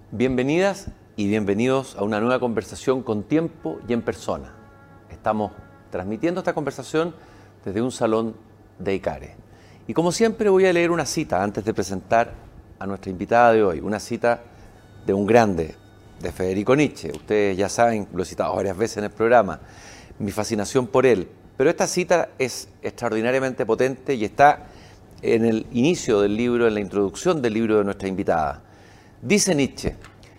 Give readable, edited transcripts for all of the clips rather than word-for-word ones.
Bienvenidas y bienvenidos a una nueva conversación con tiempo y en persona. Estamos transmitiendo esta conversación desde un salón de ICARE. Y como siempre voy a leer una cita antes de presentar a nuestra invitada de hoy, una cita de un grande, de Federico Nietzsche. Ustedes ya saben, lo he citado varias veces en el programa, mi fascinación por él. Pero esta cita es extraordinariamente potente y está en el inicio del libro, en la introducción del libro de nuestra invitada. Dice Nietzsche: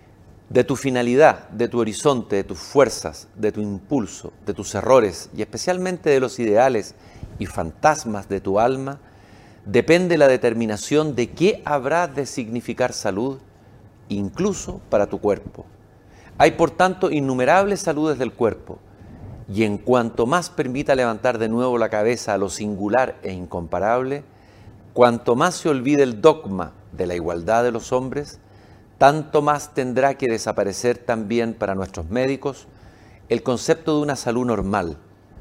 de tu finalidad, de tu horizonte, de tus fuerzas, de tu impulso, de tus errores y especialmente de los ideales y fantasmas de tu alma, depende la determinación de qué habrá de significar salud, incluso para tu cuerpo. Hay por tanto innumerables saludes del cuerpo, y en cuanto más permita levantar de nuevo la cabeza a lo singular e incomparable, cuanto más se olvide el dogma de la igualdad de los hombres, tanto más tendrá que desaparecer también para nuestros médicos el concepto de una salud normal,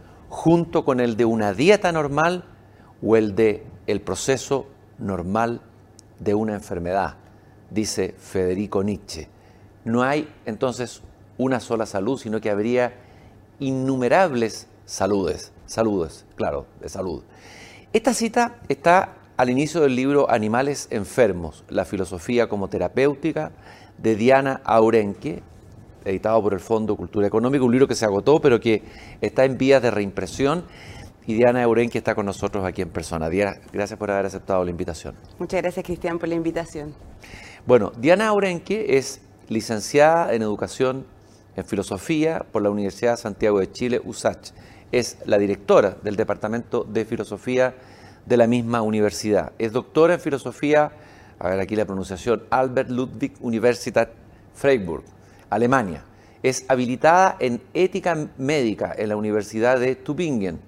junto con el de una dieta normal o el de el proceso normal de una enfermedad, dice Federico Nietzsche. No hay entonces una sola salud, sino que habría innumerables saludes, claro, de salud. Esta cita está al inicio del libro Animales enfermos, la filosofía como terapéutica, de Diana Aurenque, editado por el Fondo Cultura Económica, un libro que se agotó, pero que está en vías de reimpresión, y Diana Aurenque está con nosotros aquí en persona. Diana, gracias por haber aceptado la invitación. Muchas gracias, Cristian, por la invitación. Bueno, Diana Aurenque es licenciada en Educación en Filosofía por la Universidad de Santiago de Chile, USACH. Es la directora del Departamento de Filosofía de la misma universidad. Es doctora en filosofía, a ver aquí la pronunciación, Albert Ludwig Universität Freiburg, Alemania. Es habilitada en ética médica en la Universidad de Tübingen,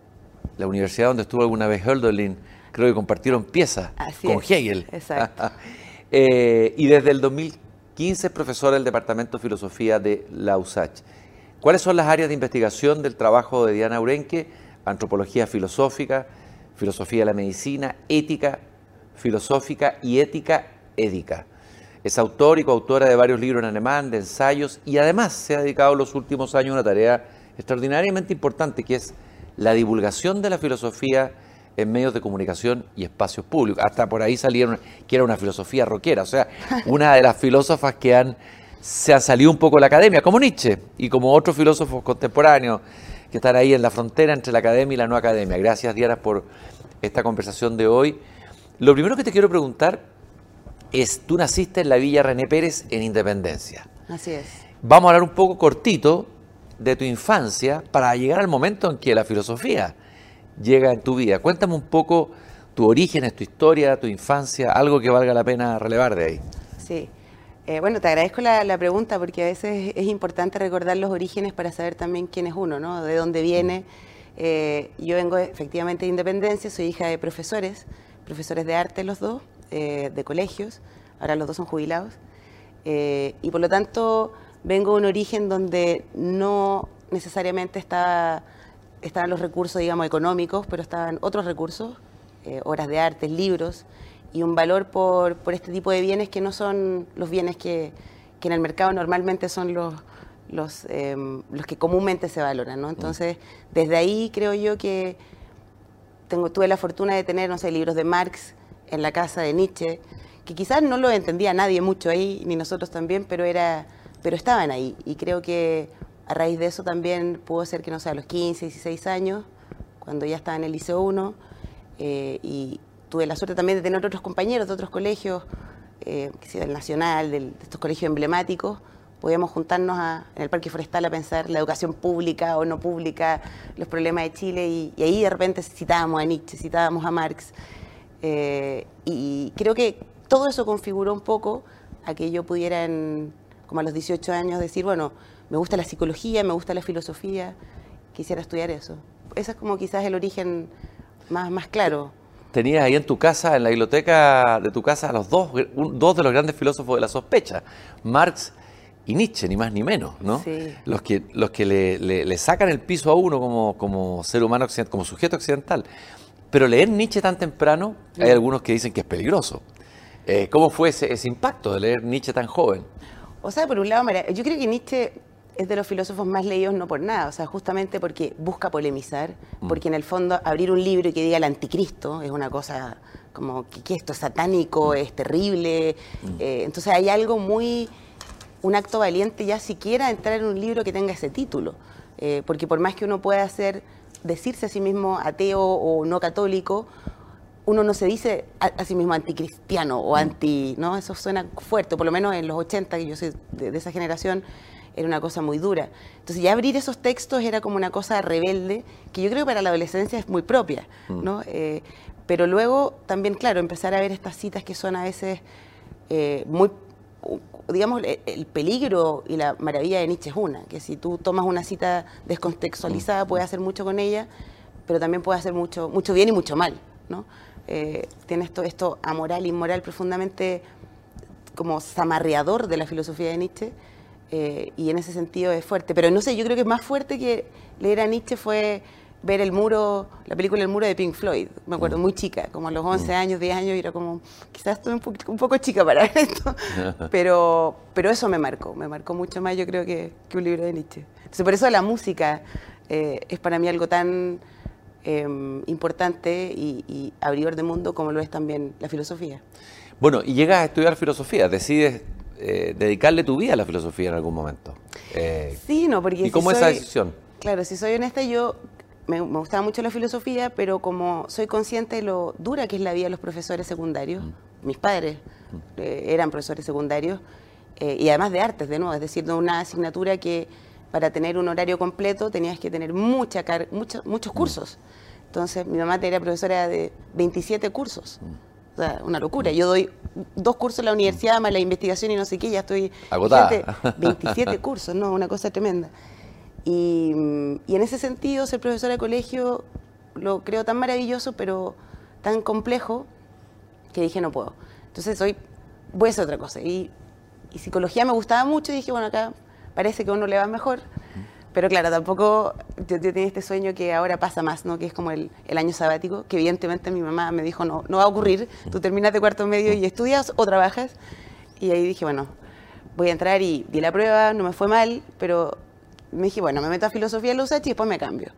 la universidad donde estuvo alguna vez Hölderlin, creo que compartieron piezas con Hegel. Exacto. Y desde el 2015 es profesora del Departamento de Filosofía de la USACH. ¿Cuáles son las áreas de investigación del trabajo de Diana Aurenque? Antropología filosófica, filosofía de la medicina, ética filosófica y ética édica. Es autor y coautora de varios libros en alemán, de ensayos, y además se ha dedicado los últimos años a una tarea extraordinariamente importante, que es la divulgación de la filosofía en medios de comunicación y espacios públicos. Hasta por ahí salieron que era una filosofía rockera, o sea, una de las filósofas que se han salido un poco de la academia, como Nietzsche y como otros filósofos contemporáneos que están ahí en la frontera entre la academia y la no academia. Gracias, Diana, por esta conversación de hoy. Lo primero que te quiero preguntar es, tú naciste en la Villa René Pérez en Independencia. Así es. Vamos a hablar un poco cortito de tu infancia para llegar al momento en que la filosofía llega en tu vida. Cuéntame un poco tu origen, tu historia, tu infancia, algo que valga la pena relevar de ahí. Sí. Bueno, te agradezco la pregunta porque a veces es importante recordar los orígenes para saber también quién es uno, ¿no? De dónde viene. Yo vengo efectivamente de Independencia, soy hija de profesores de arte los dos, de colegios, ahora los dos son jubilados, y por lo tanto vengo de un origen donde no necesariamente estaban los recursos, digamos, económicos, pero estaban otros recursos, obras de arte, libros, y un valor por este tipo de bienes que no son los bienes que en el mercado normalmente son los que comúnmente se valoran, ¿no? Entonces, desde ahí creo yo que tuve la fortuna de tener, no sé, libros de Marx en la casa de Nietzsche, que quizás no lo entendía nadie mucho ahí, ni nosotros también, pero estaban ahí. Y creo que a raíz de eso también pudo ser que, no sé, a los 15, 16 años, cuando ya estaba en el Liceo 1, y tuve la suerte también de tener otros compañeros de otros colegios, del Nacional, de estos colegios emblemáticos. Podíamos juntarnos en el Parque Forestal a pensar la educación pública o no pública, los problemas de Chile, y ahí de repente citábamos a Nietzsche, citábamos a Marx. Y creo que todo eso configuró un poco a que yo pudiera, como a los 18 años, decir, bueno, me gusta la psicología, me gusta la filosofía, quisiera estudiar eso. Ese es como quizás el origen más claro. Tenías ahí en tu casa, en la biblioteca de tu casa, a los dos de los grandes filósofos de la sospecha, Marx y Nietzsche, ni más ni menos, ¿no? Sí. Los que le sacan el piso a uno como ser humano occidental, como sujeto occidental. Pero leer Nietzsche tan temprano, hay algunos que dicen que es peligroso. ¿Cómo fue ese impacto de leer Nietzsche tan joven? O sea, por un lado, yo creo que Nietzsche es de los filósofos más leídos no por nada, o sea, justamente porque busca polemizar, porque en el fondo abrir un libro y que diga el anticristo es una cosa como que esto es satánico, es terrible, entonces hay algo un acto valiente ya siquiera entrar en un libro que tenga ese título, porque por más que uno pueda decirse a sí mismo ateo o no católico, uno no se dice a sí mismo anticristiano o ¿no? Eso suena fuerte, por lo menos en los 80, que yo soy de esa generación, era una cosa muy dura. Entonces ya abrir esos textos era como una cosa rebelde, que yo creo que para la adolescencia es muy propia, ¿no? Pero luego también, claro, empezar a ver estas citas que son a veces muy, digamos, el peligro y la maravilla de Nietzsche es una, que si tú tomas una cita descontextualizada puedes hacer mucho con ella, pero también puedes hacer mucho bien y mucho mal, ¿no? Tiene esto amoral, inmoral, profundamente como zamarreador de la filosofía de Nietzsche, y en ese sentido es fuerte. Pero no sé, yo creo que más fuerte que leer a Nietzsche fue ver la película El Muro de Pink Floyd. Me acuerdo, muy chica, como a los 11 años, 10 años, y era como, quizás estoy un poco chica para ver esto, pero eso me marcó mucho más, yo creo, que un libro de Nietzsche. Entonces, por eso la música es para mí algo tan importante y abridor de mundo como lo es también la filosofía. Bueno, y llegas a estudiar filosofía, decides dedicarle tu vida a la filosofía en algún momento. Sí, no, porque ¿Y cómo esa decisión? Claro, si soy honesta, yo me gustaba mucho la filosofía, pero como soy consciente de lo dura que es la vida de los profesores secundarios, mis padres eran profesores secundarios, y además de artes, de nuevo, es decir, de una asignatura que para tener un horario completo tenías que tener muchos cursos. Entonces, mi mamá era profesora de 27 cursos. O sea, una locura. Yo doy 2 cursos en la universidad, más la investigación y no sé qué, ya estoy agotada. 27 cursos, no, una cosa tremenda. Y en ese sentido, ser profesora de colegio lo creo tan maravilloso, pero tan complejo, que dije, no puedo. Entonces, voy a hacer otra cosa. Y psicología me gustaba mucho y dije, bueno, acá parece que a uno le va mejor. Pero claro, tampoco, yo tenía este sueño que ahora pasa más, ¿no? Que es como el año sabático, que evidentemente mi mamá me dijo, no va a ocurrir, tú terminas de cuarto medio y estudias o trabajas. Y ahí dije, bueno, voy a entrar y di la prueba, no me fue mal, pero me dije, bueno, me meto a filosofía en la USACH y después me cambio.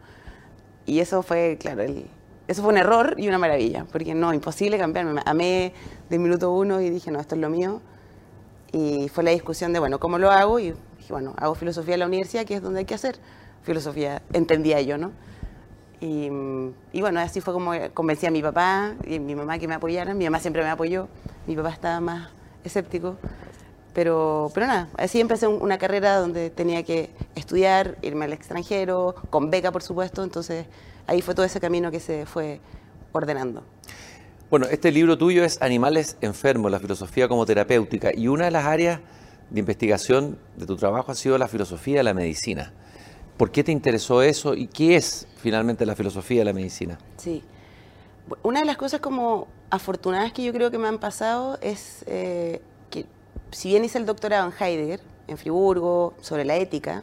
Y eso fue, claro, eso fue un error y una maravilla, porque no, imposible cambiarme. Me amé del minuto 1 y dije, no, esto es lo mío. Y fue la discusión de, bueno, ¿cómo lo hago? Y dije, bueno, hago filosofía en la universidad, que es donde hay que hacer filosofía, entendía yo, ¿no? Y bueno, así fue como convencí a mi papá y a mi mamá que me apoyaran. Mi mamá siempre me apoyó, mi papá estaba más escéptico. Pero nada, así empecé una carrera donde tenía que estudiar, irme al extranjero, con beca, por supuesto. Entonces, ahí fue todo ese camino que se fue ordenando. Bueno, este libro tuyo es Animales enfermos, la filosofía como terapéutica, y una de las áreas de investigación de tu trabajo ha sido la filosofía de la medicina. ¿Por qué te interesó eso y qué es finalmente la filosofía de la medicina? Sí. Una de las cosas como afortunadas que yo creo que me han pasado es que si bien hice el doctorado en Heidegger, en Friburgo, sobre la ética,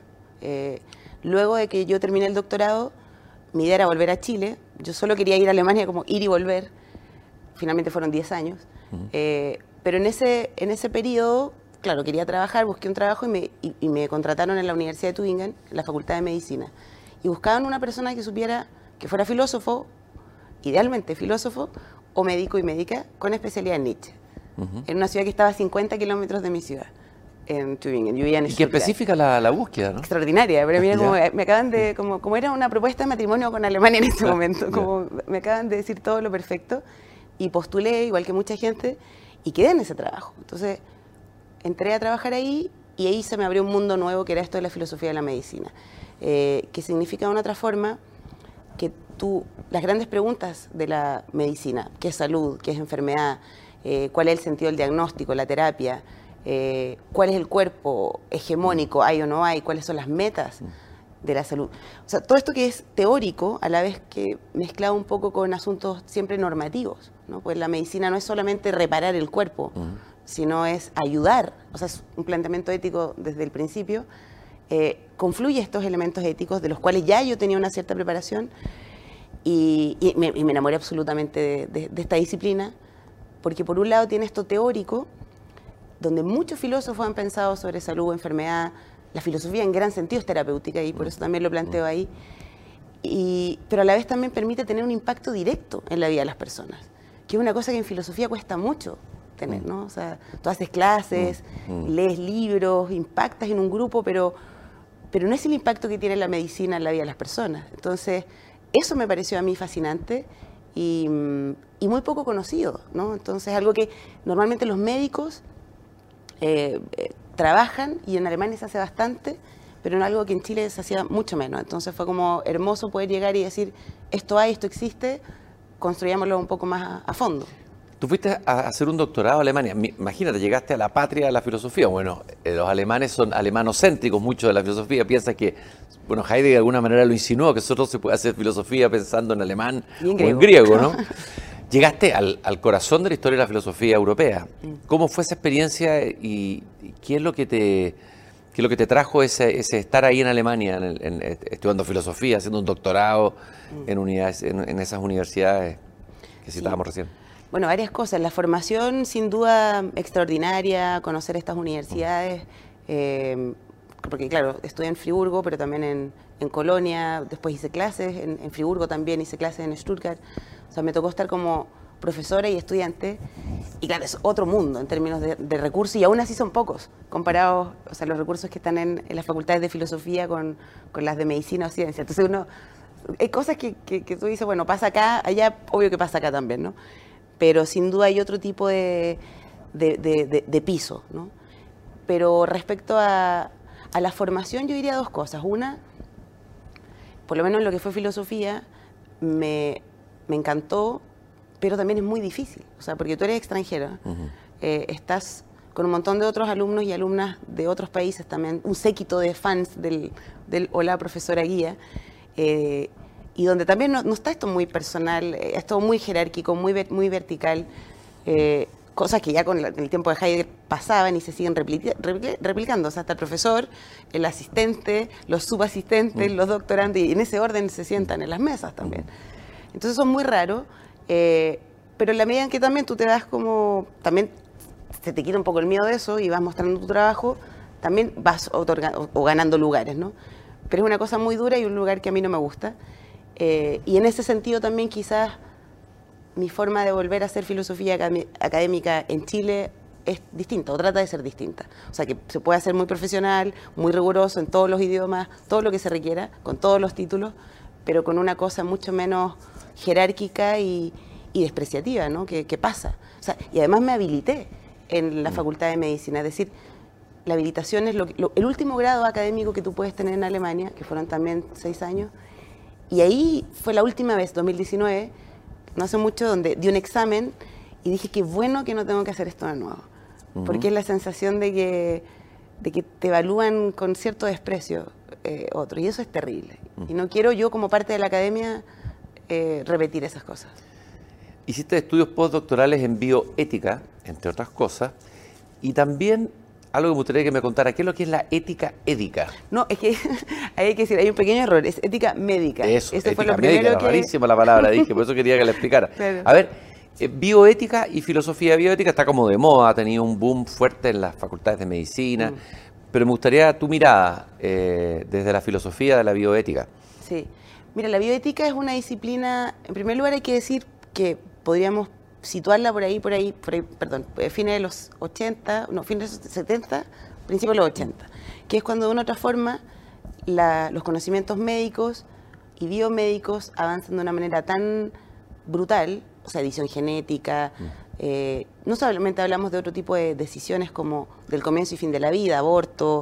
luego de que yo terminé el doctorado, mi idea era volver a Chile. Yo solo quería ir a Alemania, como ir y volver. Finalmente fueron 10 años. Pero en ese periodo, claro, quería trabajar, busqué un trabajo y me contrataron en la Universidad de Tübingen, en la Facultad de Medicina. Y buscaban una persona que supiera, que fuera filósofo, idealmente filósofo, o médico y médica, con especialidad en Nietzsche. En una ciudad que estaba a 50 kilómetros de mi ciudad, en Tübingen. Yo vivía en y qué específica la búsqueda, ¿no? Extraordinaria, pero mira, como me acaban de, como era una propuesta de matrimonio con Alemania en este momento, como me acaban de decir todo lo perfecto. Y postulé, igual que mucha gente, y quedé en ese trabajo. Entonces, entré a trabajar ahí y ahí se me abrió un mundo nuevo que era esto de la filosofía de la medicina, que significa de una otra forma que las grandes preguntas de la medicina, qué es salud, qué es enfermedad, cuál es el sentido del diagnóstico, la terapia, cuál es el cuerpo hegemónico, hay o no hay, cuáles son las metas de la salud. O sea, todo esto que es teórico, a la vez que mezclado un poco con asuntos siempre normativos, ¿no? Pues la medicina no es solamente reparar el cuerpo, sino es ayudar, o sea, es un planteamiento ético desde el principio, confluye estos elementos éticos de los cuales ya yo tenía una cierta preparación y me enamoré absolutamente de esta disciplina, porque por un lado tiene esto teórico, donde muchos filósofos han pensado sobre salud, enfermedad, la filosofía en gran sentido es terapéutica y por eso también lo planteo ahí, pero a la vez también permite tener un impacto directo en la vida de las personas, que es una cosa que en filosofía cuesta mucho tener, ¿no? O sea, tú haces clases, lees libros, impactas en un grupo, pero no es el impacto que tiene la medicina en la vida de las personas. Entonces, eso me pareció a mí fascinante y muy poco conocido, ¿no? Entonces, algo que normalmente los médicos trabajan, y en Alemania se hace bastante, pero en algo que en Chile se hacía mucho menos. Entonces fue como hermoso poder llegar y decir, esto hay, esto existe, construyámoslo un poco más a fondo. Tú fuiste a hacer un doctorado a Alemania. Imagínate, llegaste a la patria de la filosofía. Bueno, los alemanes son alemanocéntricos, mucho de la filosofía. Piensas que, bueno, Heidegger de alguna manera lo insinuó, que solo se puede hacer filosofía pensando en alemán o en griego, ¿no? Llegaste al corazón de la historia de la filosofía europea. ¿Cómo fue esa experiencia y qué es lo que te trajo ese estar ahí en Alemania, estudiando filosofía, haciendo un doctorado en esas universidades que citábamos recién? Bueno, varias cosas. La formación, sin duda, extraordinaria, conocer estas universidades, porque claro, estudié en Friburgo, pero también en Colonia, después hice clases, en Friburgo también hice clases en Stuttgart. O sea, me tocó estar como profesora y estudiante, y claro, es otro mundo en términos de recursos, y aún así son pocos, comparados, o sea, los recursos que están en las facultades de filosofía con las de medicina o ciencia. Entonces hay cosas que tú dices, bueno, pasa acá, allá, obvio que pasa acá también, ¿no? Pero sin duda hay otro tipo de piso, ¿no? Pero respecto a la formación, yo diría dos cosas. Una, por lo menos en lo que fue filosofía, me encantó, pero también es muy difícil. O sea, porque tú eres extranjera, estás con un montón de otros alumnos y alumnas de otros países también, un séquito de fans del hola profesora guía, y donde también no está esto muy personal, es todo muy jerárquico, muy vertical, cosas que ya con el tiempo de Heidegger pasaban y se siguen replicando. O sea, hasta el profesor, el asistente, los subasistentes, los doctorandos, y en ese orden se sientan en las mesas también. Entonces son muy raros, pero en la medida en que también tú te das como, también se te quita un poco el miedo de eso y vas mostrando tu trabajo, también vas otorgando o ganando lugares, ¿no? Pero es una cosa muy dura y un lugar que a mí no me gusta. Y en ese sentido también quizás mi forma de volver a hacer filosofía académica en Chile es distinta, o trata de ser distinta. O sea, que se puede hacer muy profesional, muy riguroso en todos los idiomas, todo lo que se requiera, con todos los títulos, pero con una cosa mucho menos jerárquica y despreciativa, ¿no? Que pasa. O sea, y además me habilité en la Facultad de Medicina, es decir, la habilitación es el último grado académico que tú puedes tener en Alemania, que fueron también 6 años, y ahí fue la última vez, 2019, no hace mucho, donde di un examen y dije que bueno que no tengo que hacer esto de nuevo, porque es la sensación de que te evalúan con cierto desprecio otros, y eso es terrible. Y no quiero yo, como parte de la academia, repetir esas cosas. Hiciste estudios postdoctorales en bioética, entre otras cosas, y también algo que me gustaría que me contara, ¿qué es lo que es la ética édica? No, es que hay que decir, hay un pequeño error, es ética médica. Eso fue lo primero que... rarísima la palabra, dije, por eso quería que la explicara. Claro. A ver, bioética y filosofía bioética está como de moda, ha tenido un boom fuerte en las facultades de medicina, pero me gustaría tu mirada desde la filosofía de la bioética. Sí, mira, la bioética es una disciplina, en primer lugar hay que decir que podríamos situarla por ahí, perdón, fines de los 80, no, fines de los 70, principios de los 80, que es cuando uno transforma los conocimientos médicos y biomédicos avanzan de una manera tan brutal, o sea, edición genética, no solamente hablamos de otro tipo de decisiones como del comienzo y fin de la vida, aborto,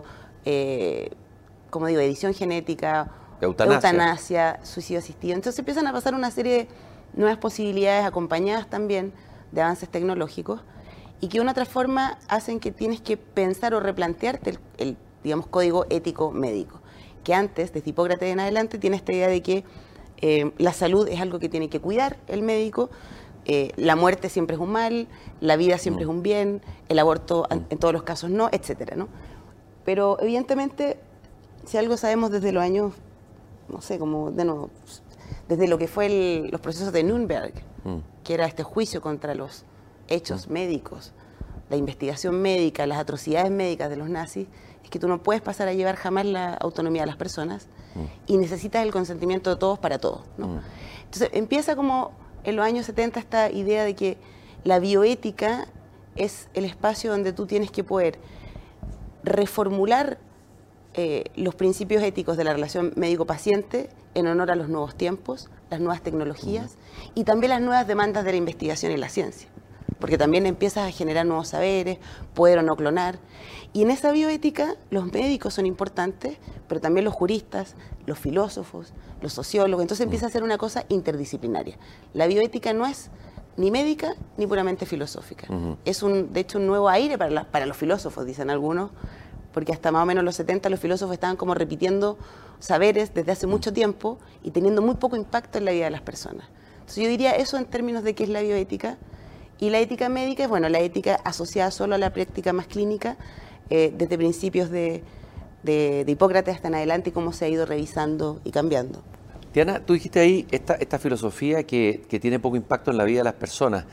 como digo, edición genética, eutanasia, suicidio asistido. Entonces empiezan a pasar una serie de nuevas posibilidades acompañadas también de avances tecnológicos y que de una otra forma hacen que tienes que pensar o replantearte el digamos, código ético médico, que antes, desde Hipócrates en adelante, tiene esta idea de que la salud es algo que tiene que cuidar el médico, la muerte siempre es un mal, la vida siempre es un bien, el aborto en todos los casos no, etcétera, ¿no? Pero evidentemente, si algo sabemos desde los años, no sé, como de nuevo, desde lo que fue los procesos de Nuremberg, que era este juicio contra los hechos médicos, la investigación médica, las atrocidades médicas de los nazis, es que tú no puedes pasar a llevar jamás la autonomía de las personas y necesitas el consentimiento de todos para todos, ¿no? Entonces empieza como en los años 70 esta idea de que la bioética es el espacio donde tú tienes que poder reformular los principios éticos de la relación médico-paciente en honor a los nuevos tiempos, las nuevas tecnologías y también las nuevas demandas de la investigación y la ciencia. Porque también empiezas a generar nuevos saberes, poder o no clonar. Y en esa bioética los médicos son importantes, pero también los juristas, los filósofos, los sociólogos. Entonces empieza a ser una cosa interdisciplinaria. La bioética no es ni médica ni puramente filosófica. Es de hecho un nuevo aire para los filósofos, dicen algunos, porque hasta más o menos los 70 los filósofos estaban como repitiendo saberes desde hace mucho tiempo y teniendo muy poco impacto en la vida de las personas. Entonces yo diría eso en términos de qué es la bioética. Y la ética médica es, bueno, la ética asociada solo a la práctica más clínica, desde principios de Hipócrates hasta en adelante, y cómo se ha ido revisando y cambiando. Diana, tú dijiste ahí esta filosofía que tiene poco impacto en la vida de las personas.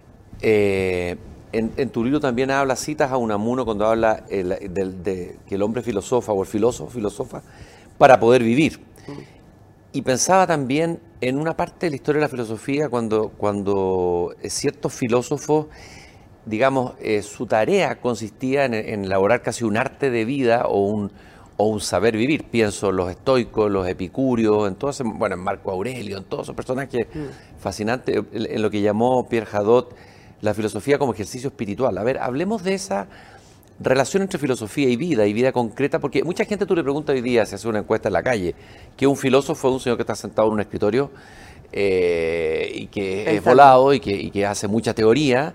En tu libro también citas a Unamuno cuando habla que el hombre filosofa o el filósofo filosofa para poder vivir. Y pensaba también en una parte de la historia de la filosofía cuando ciertos filósofos, digamos, su tarea consistía en elaborar casi un arte de vida o un saber vivir. Pienso en los estoicos, los epicúreos, en Marco Aurelio, en todos esos personajes fascinantes, en lo que llamó Pierre Hadot la filosofía como ejercicio espiritual. A ver, hablemos de esa relación entre filosofía y vida concreta, porque mucha gente tú le preguntas hoy día, se hace una encuesta en la calle, que un filósofo es un señor que está sentado en un escritorio y que es volado y que hace mucha teoría,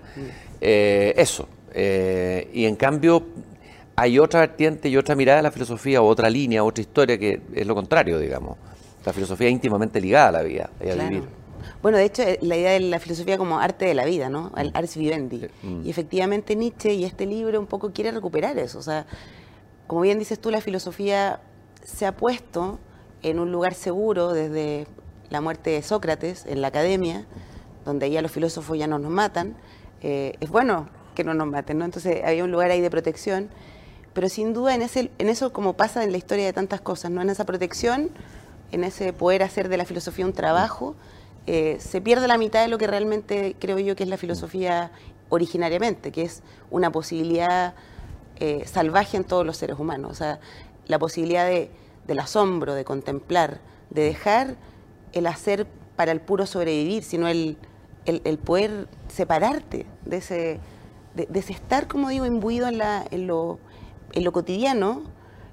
y en cambio hay otra vertiente y otra mirada de la filosofía, o otra línea, otra historia que es lo contrario, digamos. La filosofía es íntimamente ligada a la vida y a vivir. Bueno, de hecho, la idea de la filosofía como arte de la vida, ¿no? El ars vivendi. Y efectivamente Nietzsche y este libro un poco quiere recuperar eso. O sea, como bien dices tú, la filosofía se ha puesto en un lugar seguro desde la muerte de Sócrates en la academia, donde ya los filósofos ya no nos matan. Es bueno que no nos maten, ¿no? Entonces había un lugar ahí de protección. Pero sin duda en eso, como pasa en la historia de tantas cosas, ¿no? En esa protección, en ese poder hacer de la filosofía un trabajo, se pierde la mitad de lo que realmente creo yo que es la filosofía originariamente, que es una posibilidad salvaje en todos los seres humanos. O sea, la posibilidad del asombro, de contemplar, de dejar el hacer para el puro sobrevivir, sino el poder separarte de ese estar, como digo, imbuido en lo cotidiano.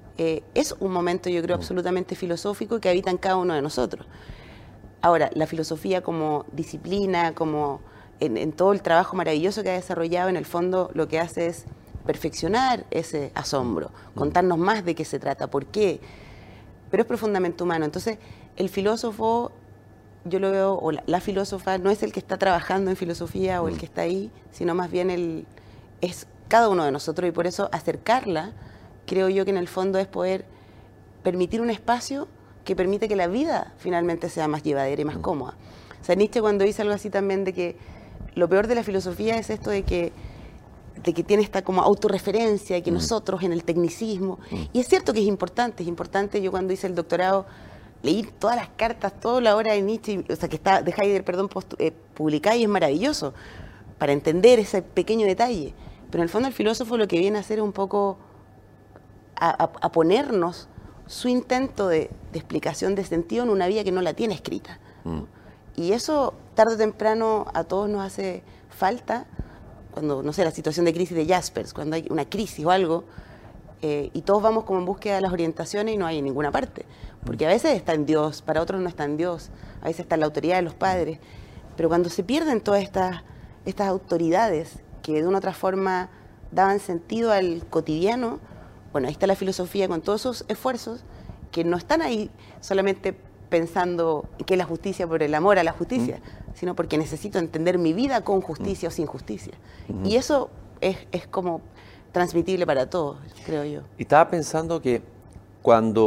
Es un momento, yo creo, absolutamente filosófico que habita en cada uno de nosotros. Ahora, la filosofía como disciplina, como en todo el trabajo maravilloso que ha desarrollado, en el fondo lo que hace es perfeccionar ese asombro, contarnos más de qué se trata, por qué, pero es profundamente humano. Entonces, el filósofo, yo lo veo, o la filósofa, no es el que está trabajando en filosofía o el que está ahí, sino más bien es cada uno de nosotros, y por eso acercarla, creo yo que en el fondo es poder permitir un espacio que permite que la vida finalmente sea más llevadera y más cómoda. O sea, Nietzsche cuando dice algo así también de que lo peor de la filosofía es esto de que tiene esta como autorreferencia, y que nosotros en el tecnicismo, y es cierto que es importante. Yo cuando hice el doctorado leí todas las cartas, toda la obra de Nietzsche, o sea, que está de Heidegger, publicada, y es maravilloso para entender ese pequeño detalle. Pero en el fondo el filósofo lo que viene a hacer es un poco a ponernos su intento de explicación de sentido en una vida que no la tiene escrita. Y eso, tarde o temprano, a todos nos hace falta, cuando, no sé, la situación de crisis de Jaspers, cuando hay una crisis o algo, y todos vamos como en búsqueda de las orientaciones y no hay en ninguna parte. Porque a veces está en Dios, para otros no está en Dios, a veces está en la autoridad de los padres. Pero cuando se pierden todas estas autoridades que de una u otra forma daban sentido al cotidiano, bueno, ahí está la filosofía con todos esos esfuerzos que no están ahí solamente pensando que es la justicia por el amor a la justicia, sino porque necesito entender mi vida con justicia o sin justicia. Y eso es como transmitible para todos, creo yo. Y estaba pensando que cuando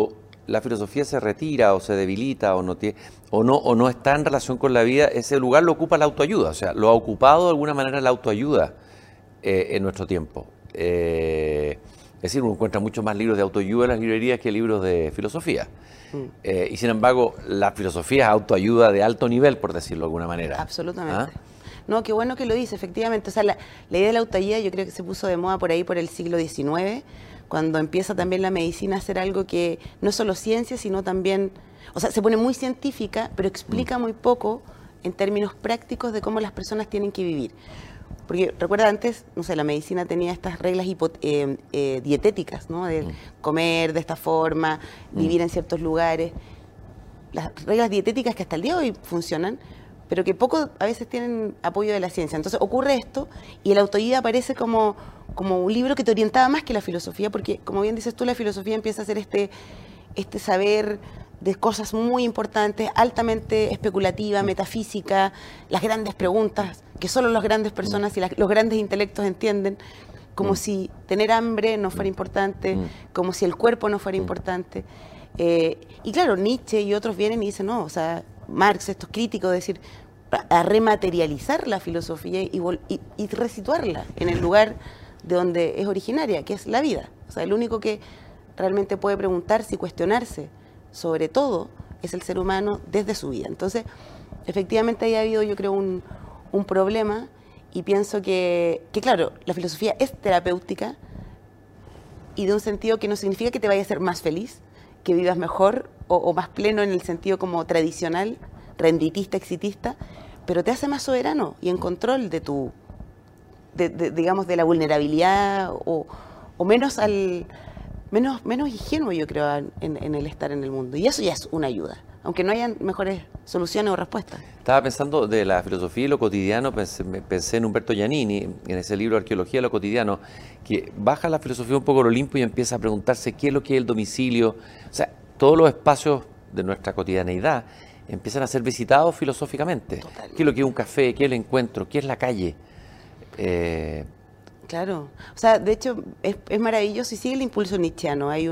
la filosofía se retira o se debilita o no está en relación con la vida, ese lugar lo ocupa la autoayuda, o sea, lo ha ocupado de alguna manera la autoayuda en nuestro tiempo. Es decir, uno encuentra muchos más libros de autoayuda en las librerías que libros de filosofía. Y sin embargo, la filosofía es autoayuda de alto nivel, por decirlo de alguna manera. Absolutamente. No, qué bueno que lo dice, efectivamente. O sea, la idea de la autoayuda yo creo que se puso de moda por ahí por el siglo XIX, cuando empieza también la medicina a hacer algo que no es solo ciencia, sino también, o sea, se pone muy científica, pero explica muy poco en términos prácticos de cómo las personas tienen que vivir. Porque recuerda antes, no sé, la medicina tenía estas reglas dietéticas, ¿no? De comer de esta forma, vivir en ciertos lugares. Las reglas dietéticas que hasta el día de hoy funcionan, pero que poco a veces tienen apoyo de la ciencia. Entonces ocurre esto y el autoayuda aparece como un libro que te orientaba más que la filosofía, porque como bien dices tú, la filosofía empieza a ser este saber de cosas muy importantes, altamente especulativa, metafísica, las grandes preguntas que solo las grandes personas y los grandes intelectos entienden, como si tener hambre no fuera importante, como si el cuerpo no fuera importante. Y claro, Nietzsche y otros vienen y dicen, no, o sea, Marx, estos críticos, decir, a rematerializar la filosofía y resituarla en el lugar de donde es originaria, que es la vida. O sea, el único que realmente puede preguntarse y cuestionarse sobre todo es el ser humano desde su vida. Entonces, efectivamente ahí ha habido, yo creo, un problema, y pienso que, claro, la filosofía es terapéutica y de un sentido que no significa que te vaya a ser más feliz, que vivas mejor o más pleno en el sentido como tradicional, renditista, exitista, pero te hace más soberano y en control de digamos, de la vulnerabilidad o menos menos ingenuo, yo creo, en el estar en el mundo. Y eso ya es una ayuda, aunque no hayan mejores soluciones o respuestas. Estaba pensando de la filosofía y lo cotidiano, pensé en Humberto Giannini, en ese libro Arqueología de lo cotidiano, que baja la filosofía un poco a lo limpio y empieza a preguntarse qué es lo que es el domicilio. O sea, todos los espacios de nuestra cotidianeidad empiezan a ser visitados filosóficamente. Totalmente. ¿Qué es lo que es un café? ¿Qué es el encuentro? ¿Qué es la calle? Claro, o sea, de hecho es maravilloso y sigue el impulso nietzscheano. Hay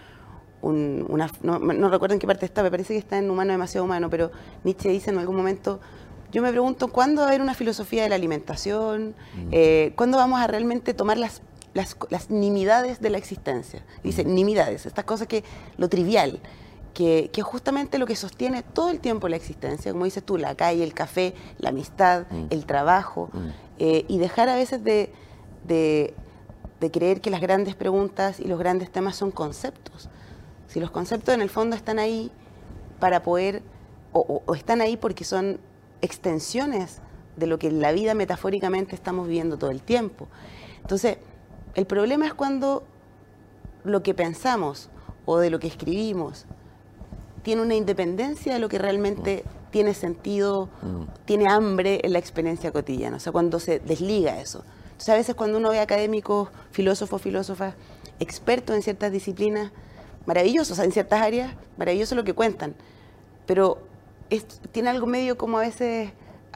no recuerdo en qué parte está, me parece que está en Humano demasiado humano, pero Nietzsche dice en algún momento, yo me pregunto, ¿cuándo va a haber una filosofía de la alimentación? ¿Cuándo vamos a realmente tomar las nimiedades de la existencia? Dice, nimiedades, estas cosas lo trivial, que es justamente lo que sostiene todo el tiempo la existencia, como dices tú, la calle, el café, la amistad, el trabajo, y dejar a veces de creer que las grandes preguntas y los grandes temas son conceptos. Si los conceptos en el fondo están ahí para poder, o están ahí porque son extensiones de lo que en la vida metafóricamente estamos viviendo todo el tiempo. Entonces, el problema es cuando lo que pensamos o de lo que escribimos tiene una independencia de lo que realmente tiene sentido, tiene hambre en la experiencia cotidiana. O sea, cuando se desliga eso. Entonces, a veces cuando uno ve académicos, filósofos, filósofas, expertos en ciertas disciplinas, maravillosos, o sea, en ciertas áreas, maravilloso lo que cuentan, pero tiene algo medio como a veces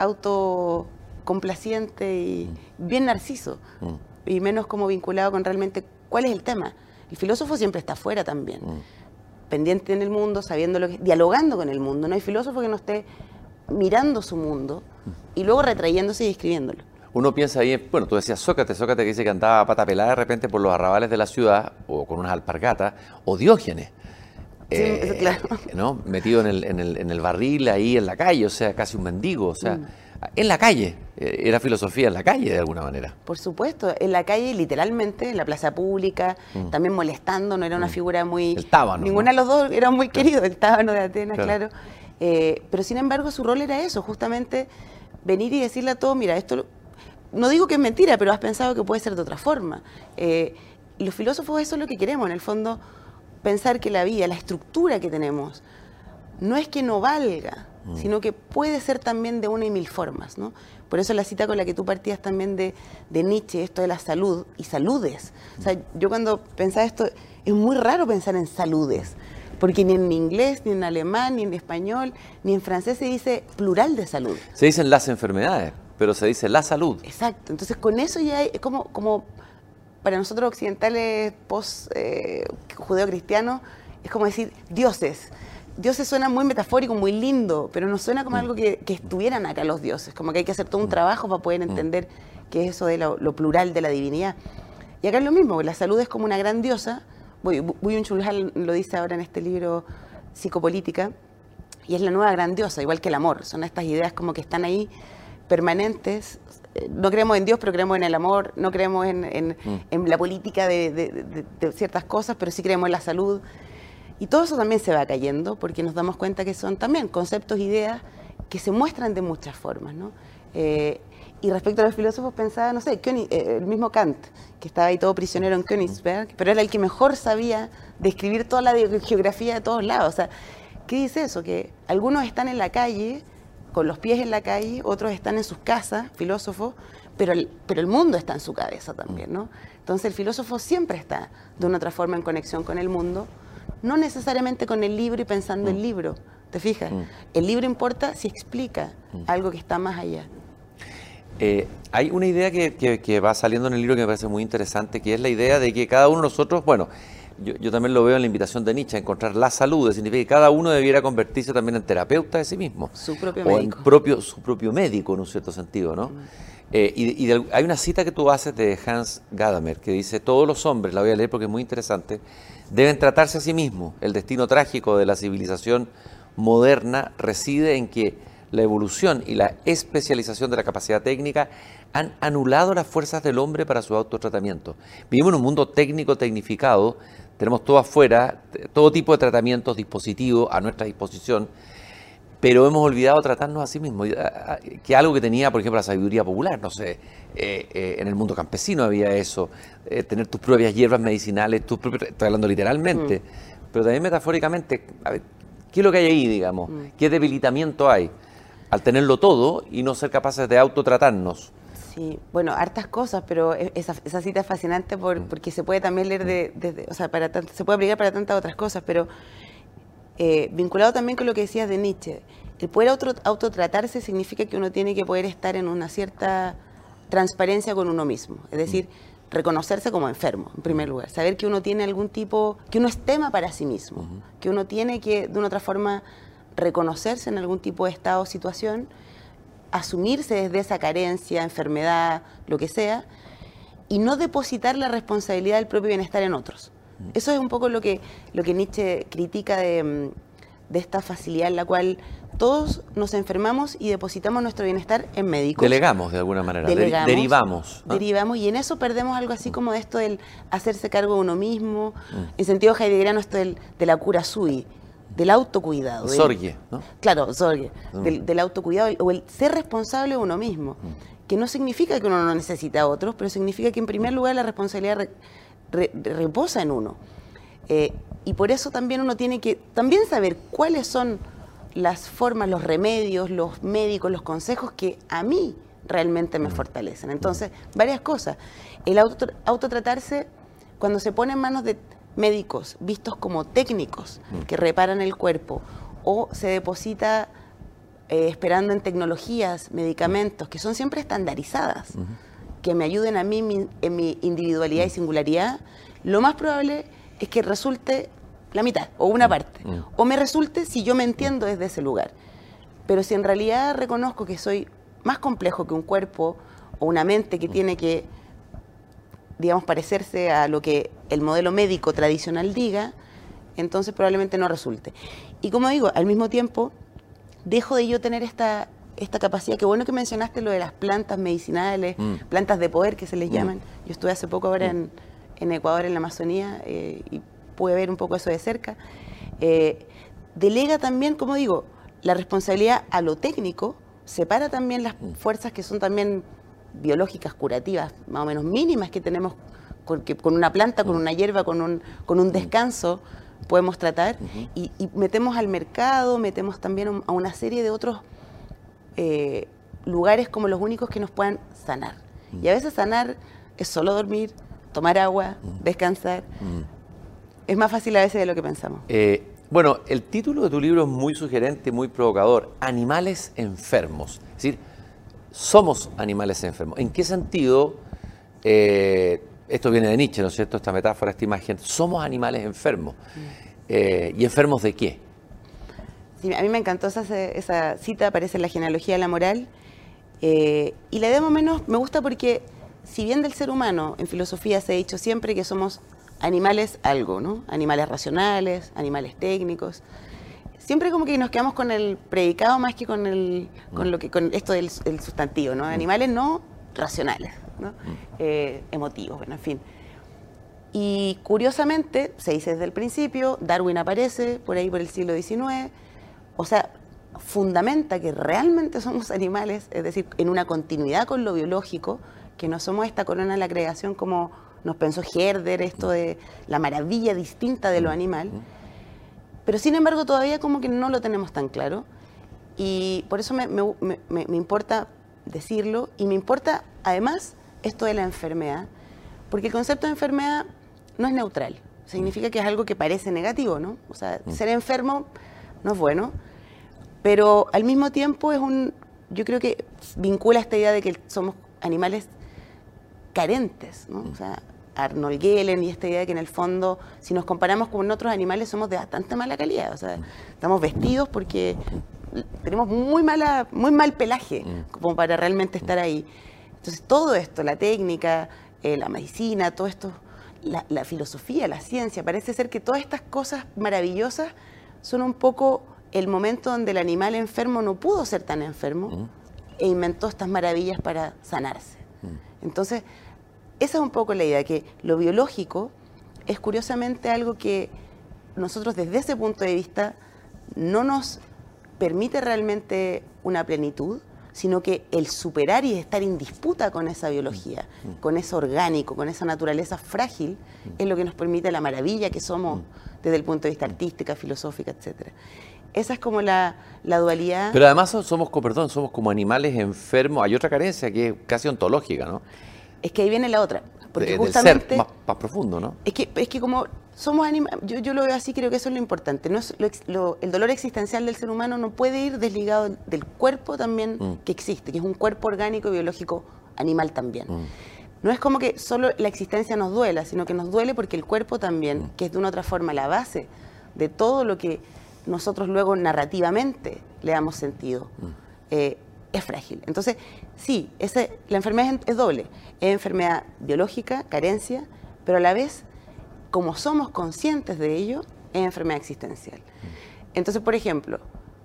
autocomplaciente y bien narciso, y menos como vinculado con realmente cuál es el tema. El filósofo siempre está afuera también, pendiente en el mundo, sabiendo dialogando con el mundo. No hay filósofo que no esté mirando su mundo y luego retrayéndose y escribiéndolo. Uno piensa ahí, bueno, tú decías Sócrates que dice que andaba a pata pelada de repente por los arrabales de la ciudad, o con unas alpargatas, o Diógenes, Sí, claro. ¿no? Metido en el barril ahí en la calle, o sea, casi un mendigo, o sea, en la calle, era filosofía en la calle de alguna manera. Por supuesto, en la calle, literalmente, en la plaza pública, también molestando, no era una figura muy... El tábano, ninguna ¿no? de los dos era muy querido, el tábano de Atenas, Claro. claro. Pero sin embargo, su rol era eso, justamente venir y decirle a todos, mira, esto... No digo que es mentira, pero has pensado que puede ser de otra forma. Los filósofos eso es lo que queremos, en el fondo, pensar que la vida, la estructura que tenemos, no es que no valga, sino que puede ser también de una y mil formas, ¿no? Por eso la cita con la que tú partías también de Nietzsche, esto de la salud y saludes. O sea, yo cuando pensaba esto, es muy raro pensar en saludes, porque ni en inglés, ni en alemán, ni en español, ni en francés se dice plural de salud. Se dicen las enfermedades, pero se dice la salud. Exacto, entonces con eso ya es como para nosotros occidentales post judeo-cristianos, es como decir dioses. Dioses suena muy metafórico, muy lindo, pero no suena como algo que estuvieran acá los dioses, como que hay que hacer todo un trabajo para poder entender qué es eso de lo plural de la divinidad. Y acá es lo mismo, la salud es como una gran diosa. Byung-Chul Han lo dice ahora en este libro Psicopolítica, y es la nueva gran diosa, igual que el amor. Son estas ideas como que están ahí permanentes. No creemos en Dios, pero creemos en el amor. No creemos en la política de ciertas cosas, pero sí creemos en la salud. Y todo eso también se va cayendo, porque nos damos cuenta que son también conceptos, ideas que se muestran de muchas formas, ¿no? Y respecto a los filósofos pensaba, no sé, el mismo Kant, que estaba ahí todo prisionero en Königsberg, pero era el que mejor sabía describir toda la geografía de todos lados. O sea, ¿qué dice eso? Que algunos están en la calle, con los pies en la calle, otros están en sus casas, filósofos, pero el mundo está en su cabeza también, ¿no? Entonces el filósofo siempre está de una otra forma en conexión con el mundo, no necesariamente con el libro y pensando el libro, ¿te fijas? El libro importa si explica algo que está más allá. Hay una idea que va saliendo en el libro que me parece muy interesante, que es la idea de que cada uno de nosotros, bueno, yo también lo veo en la invitación de Nietzsche, a encontrar la salud, significa que cada uno debiera convertirse también en terapeuta de sí mismo. Su propio médico. O su propio médico, en un cierto sentido, ¿no? Hay una cita que tú haces de Hans Gadamer que dice: todos los hombres, la voy a leer porque es muy interesante, deben tratarse a sí mismos. El destino trágico de la civilización moderna reside en que la evolución y la especialización de la capacidad técnica han anulado las fuerzas del hombre para su autotratamiento. Vivimos en un mundo técnico, tecnificado, tenemos todo afuera, todo tipo de tratamientos, dispositivos a nuestra disposición, pero hemos olvidado tratarnos a sí mismos, que algo que tenía, por ejemplo, la sabiduría popular, no sé, en el mundo campesino había eso, tener tus propias hierbas medicinales, estoy hablando literalmente, pero también metafóricamente. A ver, ¿qué es lo que hay ahí, digamos? ¿Qué debilitamiento hay al tenerlo todo y no ser capaces de autotratarnos? Sí, bueno, hartas cosas, pero esa cita es fascinante porque se puede también leer o sea, se puede aplicar para tantas otras cosas, pero vinculado también con lo que decías de Nietzsche, el poder autotratarse significa que uno tiene que poder estar en una cierta transparencia con uno mismo, es decir, reconocerse como enfermo, en primer lugar, saber que uno tiene algún tipo, que uno es tema para sí mismo, que uno tiene que, de una otra forma, reconocerse en algún tipo de estado o situación, asumirse desde esa carencia, enfermedad, lo que sea, y no depositar la responsabilidad del propio bienestar en otros. Eso es un poco lo que Nietzsche critica de esta facilidad en la cual todos nos enfermamos y depositamos nuestro bienestar en médicos. Delegamos de alguna manera, derivamos. ¿No? Derivamos, y en eso perdemos algo así como de esto del hacerse cargo de uno mismo, en sentido heideggeriano esto de la cura sui, del autocuidado. Sorge, ¿no? Claro, sorge, del autocuidado o el ser responsable de uno mismo, que no significa que uno no necesite a otros, pero significa que en primer lugar la responsabilidad reposa en uno. Y por eso también uno tiene que también saber cuáles son las formas, los remedios, los médicos, los consejos que a mí realmente me fortalecen. Entonces, varias cosas. El autotratarse, cuando se pone en manos de médicos vistos como técnicos que reparan el cuerpo, o se deposita esperando en tecnologías, medicamentos, que son siempre estandarizadas, que me ayuden a mí en mi individualidad y singularidad, lo más probable es que resulte la mitad o una parte, o me resulte si yo me entiendo desde ese lugar. Pero si en realidad reconozco que soy más complejo que un cuerpo o una mente que tiene que, digamos, parecerse a lo que el modelo médico tradicional diga, entonces probablemente no resulte. Y como digo, al mismo tiempo, dejo de yo tener esta capacidad. Qué bueno que mencionaste lo de las plantas medicinales, plantas de poder que se les llaman. Yo estuve hace poco ahora en Ecuador, en la Amazonía, y pude ver un poco eso de cerca. Delega también, como digo, la responsabilidad a lo técnico, separa también las fuerzas que son también biológicas, curativas, más o menos mínimas que tenemos, con una planta, con una hierba, con un descanso, podemos tratar, y metemos al mercado, metemos también a una serie de otros lugares como los únicos que nos puedan sanar. Y a veces sanar es solo dormir, tomar agua, descansar. Es más fácil a veces de lo que pensamos. Bueno, el título de tu libro es muy sugerente, muy provocador. Animales enfermos. Es decir, somos animales enfermos. ¿En qué sentido? Esto viene de Nietzsche, ¿no es cierto? Esta metáfora, esta imagen. Somos animales enfermos. ¿Y enfermos de qué? Sí, a mí me encantó esa cita, aparece en la genealogía de la moral. Y la idea más o menos me gusta porque, si bien del ser humano, en filosofía se ha dicho siempre que somos animales algo, ¿no? Animales racionales, animales técnicos. Siempre como que nos quedamos con el predicado más que con esto del el sustantivo, ¿no? Animales no racionales, ¿no? Emotivos, bueno, en fin. Y curiosamente, se dice desde el principio, Darwin aparece por ahí por el siglo XIX, o sea, fundamenta que realmente somos animales, es decir, en una continuidad con lo biológico, que no somos esta corona de la creación como nos pensó Herder, esto de la maravilla distinta de lo animal, pero sin embargo todavía como que no lo tenemos tan claro, y por eso me importa decirlo, y me importa además esto de la enfermedad, porque el concepto de enfermedad no es neutral, significa que es algo que parece negativo, ¿no? O sea, ser enfermo no es bueno, pero al mismo tiempo yo creo que vincula esta idea de que somos animales carentes, ¿no? O sea, Arnold Gehlen y esta idea de que en el fondo, si nos comparamos con otros animales, somos de bastante mala calidad, o sea, estamos vestidos porque tenemos muy mal pelaje como para realmente estar ahí. Entonces todo esto, la técnica, la medicina, todo esto, la filosofía, la ciencia, parece ser que todas estas cosas maravillosas son un poco el momento donde el animal enfermo no pudo ser tan enfermo e inventó estas maravillas para sanarse. Entonces, esa es un poco la idea, que lo biológico es curiosamente algo que nosotros desde ese punto de vista no nos permite realmente una plenitud, sino que el superar y estar en disputa con esa biología, con eso orgánico, con esa naturaleza frágil, es lo que nos permite la maravilla que somos desde el punto de vista artística, filosófica, etcétera. Esa es como la dualidad. Pero además somos como animales enfermos. Hay otra carencia que es casi ontológica, ¿no? Es que ahí viene la otra. Porque justamente del ser más profundo, ¿no? Es que como somos animales, yo lo veo así, creo que eso es lo importante. No es el dolor existencial del ser humano no puede ir desligado del cuerpo también que existe, que es un cuerpo orgánico y biológico animal también. No es como que solo la existencia nos duela, sino que nos duele porque el cuerpo también, que es de una otra forma la base de todo lo que nosotros luego narrativamente le damos sentido, es frágil. Entonces, sí, la enfermedad es doble. Es enfermedad biológica, carencia, pero a la vez, como somos conscientes de ello, es enfermedad existencial. Entonces, por ejemplo,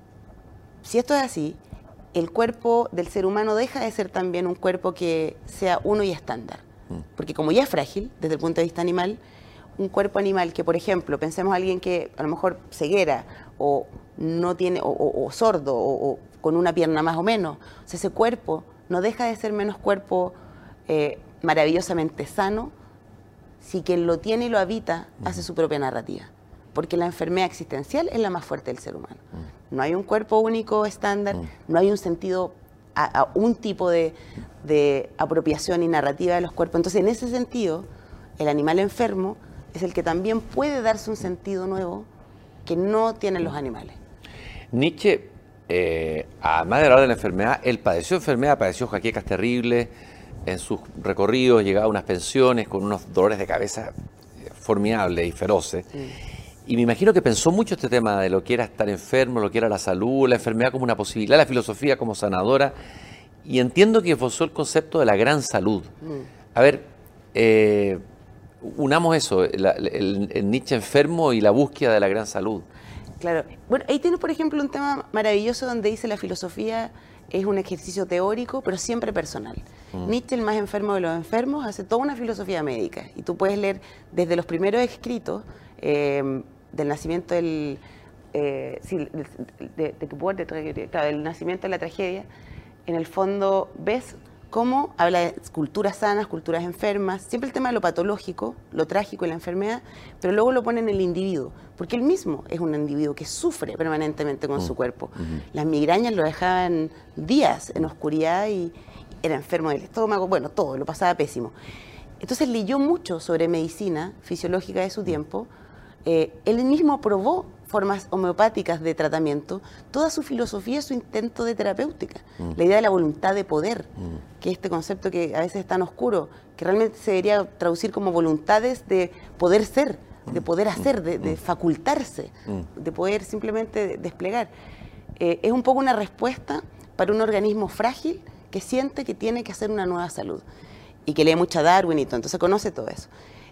si esto es así, el cuerpo del ser humano deja de ser también un cuerpo que sea uno y estándar. Porque como ya es frágil, desde el punto de vista animal, un cuerpo animal que, por ejemplo, pensemos a alguien que a lo mejor ceguera o no tiene, o sordo, o con una pierna más o menos, o sea, ese cuerpo no deja de ser menos cuerpo maravillosamente sano si quien lo tiene y lo habita hace su propia narrativa. Porque la enfermedad existencial es la más fuerte del ser humano. No hay un cuerpo único estándar, no hay un sentido, un tipo de apropiación y narrativa de los cuerpos. Entonces, en ese sentido, el animal enfermo es el que también puede darse un sentido nuevo que no tienen los animales. Nietzsche, además de hablar de la enfermedad, él padeció jaquecas terribles, en sus recorridos llegaba a unas pensiones con unos dolores de cabeza formidables y feroces. Y me imagino que pensó mucho este tema de lo que era estar enfermo, lo que era la salud, la enfermedad como una posibilidad, la filosofía como sanadora. Y entiendo que esbozó el concepto de la gran salud. A ver, unamos eso, el Nietzsche enfermo y la búsqueda de la gran salud. Claro. Bueno, ahí tienes, por ejemplo, un tema maravilloso donde dice la filosofía es un ejercicio teórico, pero siempre personal. Nietzsche, el más enfermo de los enfermos, hace toda una filosofía médica. Y tú puedes leer desde los primeros escritos del nacimiento del nacimiento de la tragedia. En el fondo ves cómo habla de culturas sanas, culturas enfermas, siempre el tema de lo patológico, lo trágico y la enfermedad, pero luego lo pone en el individuo, porque él mismo es un individuo que sufre permanentemente con su cuerpo. Las migrañas lo dejaban días en oscuridad y era enfermo del estómago, bueno, todo, lo pasaba pésimo. Entonces leyó mucho sobre medicina fisiológica de su tiempo, él mismo probó formas homeopáticas de tratamiento, toda su filosofía es su intento de terapéutica, la idea de la voluntad de poder, que es este concepto que a veces es tan oscuro, que realmente se debería traducir como voluntades de poder ser, de poder hacer, de facultarse, de poder simplemente desplegar. Es un poco una respuesta para un organismo frágil que siente que tiene que hacer una nueva salud y que lee mucho a Darwin y todo, entonces conoce todo eso.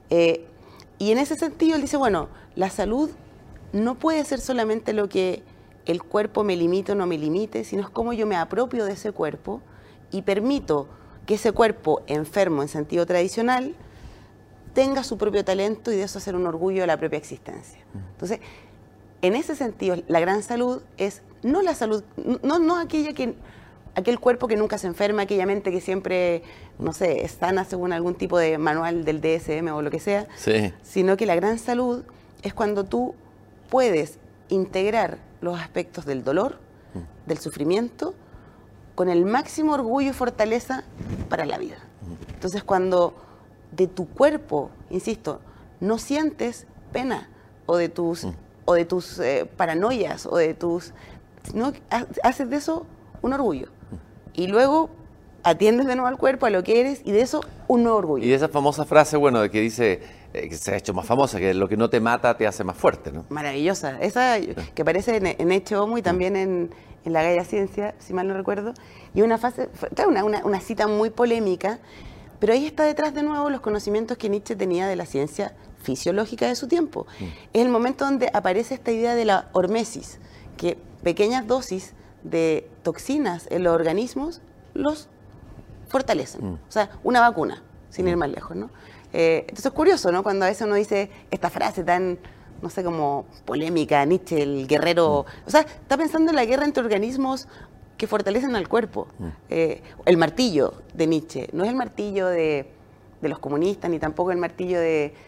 Y en ese sentido él dice, bueno, la salud no puede ser solamente lo que el cuerpo me limite o no me limite, sino es cómo yo me apropio de ese cuerpo y permito que ese cuerpo enfermo en sentido tradicional tenga su propio talento y de eso hacer un orgullo de la propia existencia. Entonces, en ese sentido, la gran salud es no la salud, no aquel cuerpo que nunca se enferma, aquella mente que siempre, no sé, es sana según algún tipo de manual del DSM o lo que sea, sí, sino que la gran salud es cuando tú puedes integrar los aspectos del dolor, del sufrimiento, con el máximo orgullo y fortaleza para la vida. Entonces, cuando de tu cuerpo, insisto, no sientes pena o de tus paranoias o de tus... no, haces de eso un orgullo. Y luego atiendes de nuevo al cuerpo, a lo que eres, y de eso un nuevo orgullo. Y esa famosa frase, bueno, de que dice, que se ha hecho más famosa, que lo que no te mata te hace más fuerte, ¿no? Maravillosa. Esa que aparece en Hecho Homo y también en la Gaia Ciencia, si mal no recuerdo. Y una cita muy polémica, pero ahí está detrás de nuevo los conocimientos que Nietzsche tenía de la ciencia fisiológica de su tiempo. Es el momento donde aparece esta idea de la hormesis, que pequeñas dosis de toxinas en los organismos los fortalecen. O sea, una vacuna, sin ir más lejos, ¿no? Entonces es curioso, ¿no? Cuando a veces uno dice esta frase tan, no sé, como polémica, Nietzsche, el guerrero... O sea, está pensando en la guerra entre organismos que fortalecen al cuerpo. El martillo de Nietzsche no es el martillo de los comunistas, ni tampoco el martillo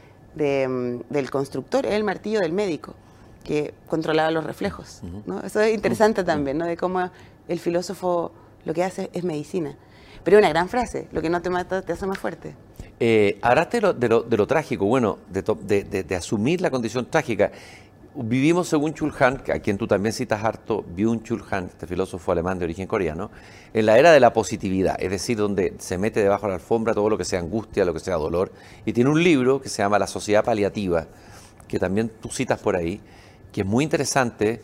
del constructor, es el martillo del médico, que controlaba los reflejos, ¿no? Eso es interesante también, ¿no? De cómo el filósofo lo que hace es medicina. Pero es una gran frase, lo que no te mata te hace más fuerte. Hablaste de lo trágico, bueno, de asumir la condición trágica. Vivimos según Chul Han, a quien tú también citas harto, Byung-Chul Han, este filósofo alemán de origen coreano, en la era de la positividad, es decir, donde se mete debajo de la alfombra todo lo que sea angustia, lo que sea dolor, y tiene un libro que se llama La Sociedad Paliativa, que también tú citas por ahí, que es muy interesante.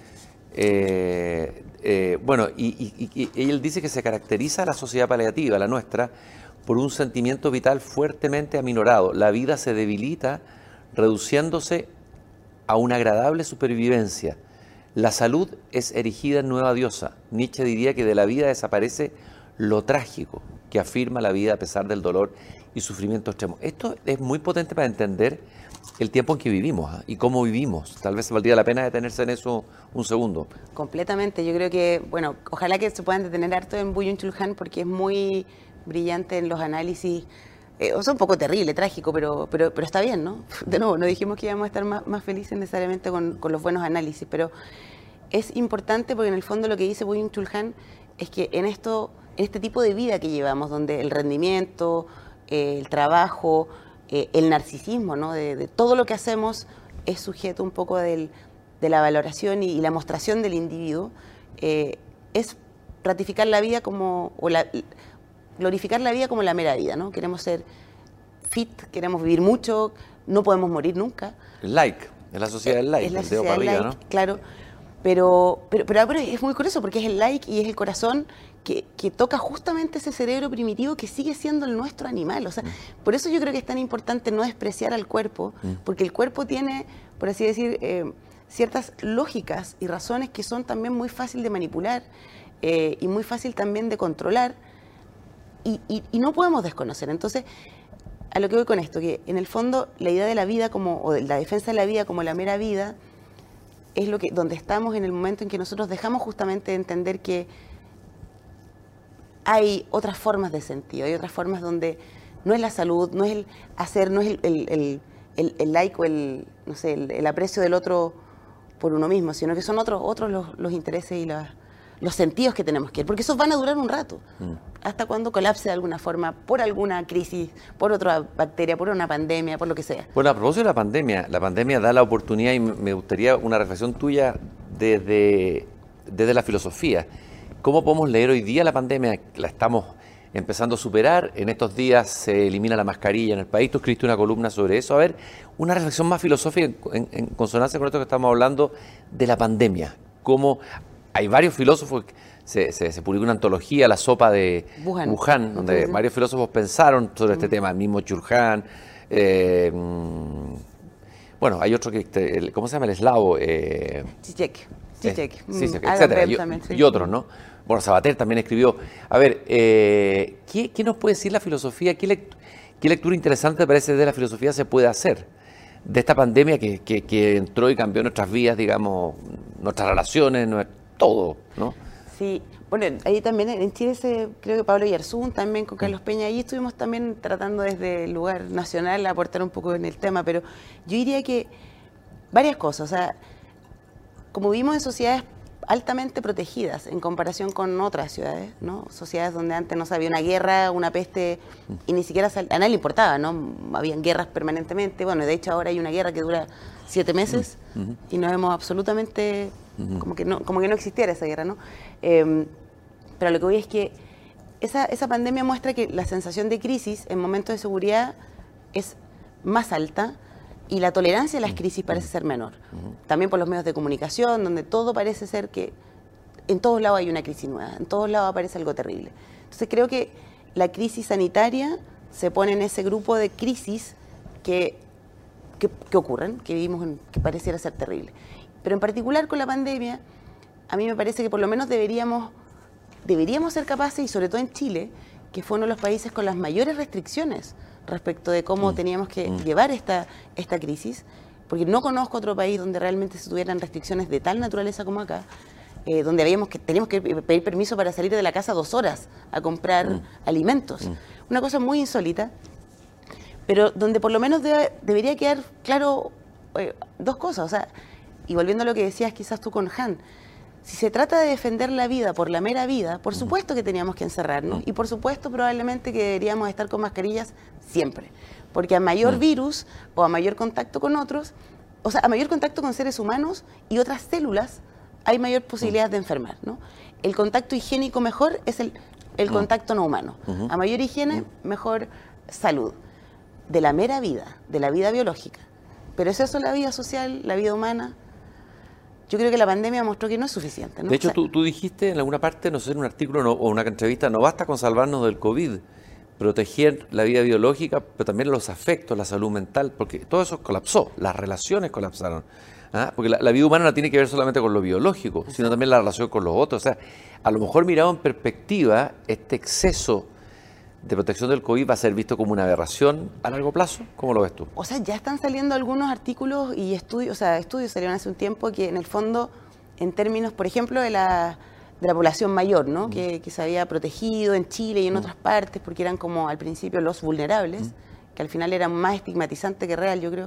Bueno, y él dice que se caracteriza la sociedad paliativa, la nuestra, por un sentimiento vital fuertemente aminorado. La vida se debilita, reduciéndose a una agradable supervivencia. La salud es erigida en nueva diosa. Nietzsche diría que de la vida desaparece lo trágico que afirma la vida a pesar del dolor y sufrimiento extremo. Esto es muy potente para entender el tiempo en que vivimos y cómo vivimos. Tal vez valdría la pena detenerse en eso un segundo. Completamente. Yo creo que, bueno, ojalá que se puedan detener harto en Byung-Chul Han porque es muy brillante en los análisis. O sea, un poco terrible, trágico, pero está bien, ¿no? De nuevo, no dijimos que íbamos a estar más felices necesariamente con los buenos análisis, pero es importante porque en el fondo lo que dice Byung-Chul Han es que en este tipo de vida que llevamos, donde el rendimiento, el trabajo, el narcisismo, ¿no? De todo lo que hacemos es sujeto un poco de la valoración y la mostración del individuo, es ratificar la vida glorificar la vida como la mera vida, ¿no? Queremos ser fit, queremos vivir mucho, no podemos morir nunca. El like, es la sociedad del like, el dedo para arriba, ¿no? Claro, pero es muy curioso porque es el like y es el corazón que toca justamente ese cerebro primitivo que sigue siendo el nuestro animal. O sea, por eso yo creo que es tan importante no despreciar al cuerpo, porque el cuerpo tiene, por así decir, ciertas lógicas y razones que son también muy fácil de manipular y muy fácil también de controlar. Y no podemos desconocer. Entonces, a lo que voy con esto, que en el fondo la idea de la vida o de la defensa de la vida como la mera vida es donde estamos en el momento en que nosotros dejamos justamente de entender que hay otras formas de sentido, hay otras formas donde no es la salud, no es el hacer, no es el like o no sé, el aprecio del otro por uno mismo, sino que son otros los intereses y los sentidos que tenemos que ir, porque esos van a durar un rato, hasta cuando colapse de alguna forma, por alguna crisis, por otra bacteria, por una pandemia, por lo que sea. Bueno, a propósito de la pandemia da la oportunidad y me gustaría una reflexión tuya desde la filosofía. ¿Cómo podemos leer hoy día la pandemia? La estamos empezando a superar. En estos días se elimina la mascarilla en el país. Tú escribiste una columna sobre eso. A ver, una reflexión más filosófica en consonancia con esto que estamos hablando de la pandemia. Cómo hay varios filósofos, se publicó una antología, La sopa de Wuhan, donde varios filósofos pensaron sobre este tema, el mismo Churhan. Bueno, hay otro que, ¿cómo se llama? El eslavo. Zizek, etcétera. Y otros, ¿no? Bueno, Sabater también escribió. A ver, ¿qué nos puede decir la filosofía? ¿Qué lectura interesante te parece de la filosofía se puede hacer? De esta pandemia que entró y cambió nuestras vidas, digamos, nuestras relaciones, todo, ¿no? Sí, bueno, ahí también en Chile creo que Pablo Yarzún también con Carlos Peña, ahí estuvimos también tratando desde el lugar nacional aportar un poco en el tema, pero yo diría que varias cosas, o sea, como vivimos en sociedades altamente protegidas en comparación con otras ciudades, ¿no? Sociedades donde antes no había una guerra, una peste, y ni siquiera a nadie le importaba, ¿no? Habían guerras permanentemente, bueno, de hecho ahora hay una guerra que dura 7 meses y no vemos absolutamente, como que no existiera esa guerra, ¿no? Pero lo que voy es que esa pandemia muestra que la sensación de crisis en momentos de seguridad es más alta, y la tolerancia a las crisis parece ser menor. También por los medios de comunicación, donde todo parece ser que en todos lados hay una crisis nueva, en todos lados aparece algo terrible. Entonces creo que la crisis sanitaria se pone en ese grupo de crisis que ocurren, que vivimos, que pareciera ser terrible. Pero en particular con la pandemia, a mí me parece que por lo menos deberíamos ser capaces, y sobre todo en Chile, que fue uno de los países con las mayores restricciones respecto de cómo teníamos que llevar esta crisis, porque no conozco otro país donde realmente se tuvieran restricciones de tal naturaleza como acá, donde teníamos que pedir permiso para salir de la casa 2 horas a comprar alimentos. Una cosa muy insólita, pero donde por lo menos debería quedar claro 2 cosas. O sea, y volviendo a lo que decías quizás tú con Han, si se trata de defender la vida por la mera vida, por supuesto que teníamos que encerrarnos y por supuesto probablemente que deberíamos estar con mascarillas siempre, porque a mayor virus o a mayor contacto con otros, o sea, a mayor contacto con seres humanos y otras células, hay mayor posibilidad de enfermar, ¿no? El contacto higiénico mejor es el contacto no humano. A mayor higiene, mejor salud. De la mera vida, de la vida biológica. Pero es eso la vida social, la vida humana. Yo creo que la pandemia mostró que no es suficiente, ¿no? De hecho, tú dijiste en alguna parte, no sé, en un artículo o una entrevista, no basta con salvarnos del COVID, proteger la vida biológica, pero también los afectos, la salud mental, porque todo eso colapsó, las relaciones colapsaron. Porque la vida humana no tiene que ver solamente con lo biológico, sino también la relación con los otros. O sea, a lo mejor mirado en perspectiva, este exceso de protección del COVID va a ser visto como una aberración a largo plazo. ¿Cómo lo ves tú? O sea, ya están saliendo algunos artículos y estudios, o sea, estudios salieron hace un tiempo que en el fondo, en términos, por ejemplo, de la población mayor, ¿no? Que se había protegido en Chile y en otras partes, porque eran como al principio los vulnerables, que al final eran más estigmatizante que real, yo creo,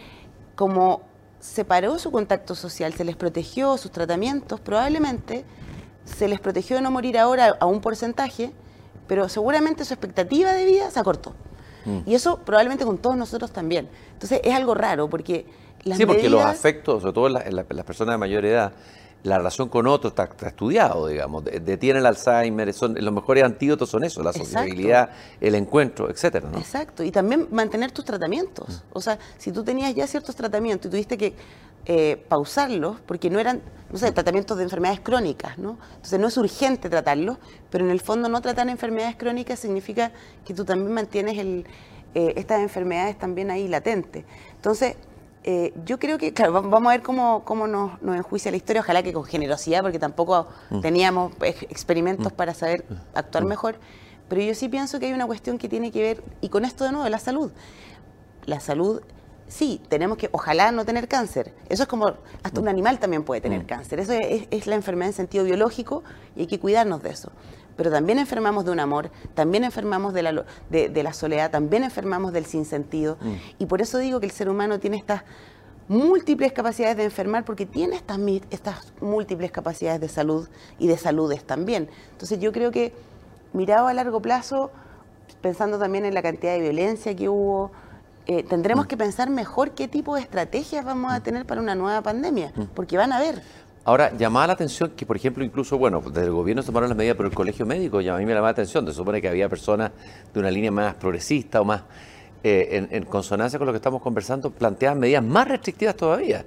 como separó su contacto social, se les protegió sus tratamientos, probablemente se les protegió de no morir ahora a un porcentaje, pero seguramente su expectativa de vida se acortó. Y eso probablemente con todos nosotros también. Entonces es algo raro porque porque los afectos, sobre todo en las personas de mayor edad, la relación con otros está estudiado, digamos, detiene el Alzheimer, los mejores antídotos son eso, la sociabilidad, el encuentro, etcétera, ¿no? Exacto, y también mantener tus tratamientos. O sea, si tú tenías ya ciertos tratamientos y tuviste que pausarlos, porque no eran, no sé, tratamientos de enfermedades crónicas, ¿no? Entonces no es urgente tratarlos, pero en el fondo no tratar enfermedades crónicas significa que tú también mantienes estas enfermedades también ahí latentes. Entonces, yo creo que, claro, vamos a ver cómo nos enjuicia la historia, ojalá que con generosidad, porque tampoco teníamos experimentos para saber actuar mejor, pero yo sí pienso que hay una cuestión que tiene que ver, y con esto de nuevo, la salud. La salud, sí, tenemos que, ojalá no tener cáncer. Eso es como, hasta un animal también puede tener cáncer. Eso es la enfermedad en sentido biológico y hay que cuidarnos de eso. Pero también enfermamos de un amor, también enfermamos de la soledad, también enfermamos del sinsentido. Y por eso digo que el ser humano tiene estas múltiples capacidades de enfermar, porque tiene estas múltiples capacidades de salud y de saludes también. Entonces yo creo que, mirado a largo plazo, pensando también en la cantidad de violencia que hubo, tendremos que pensar mejor qué tipo de estrategias vamos a tener para una nueva pandemia, porque van a haber. Ahora, llamaba la atención que, por ejemplo, incluso, bueno, desde el gobierno se tomaron las medidas, pero el colegio médico, ya a mí me llamaba la atención, se supone que había personas de una línea más progresista o más en consonancia con lo que estamos conversando, planteaban medidas más restrictivas todavía.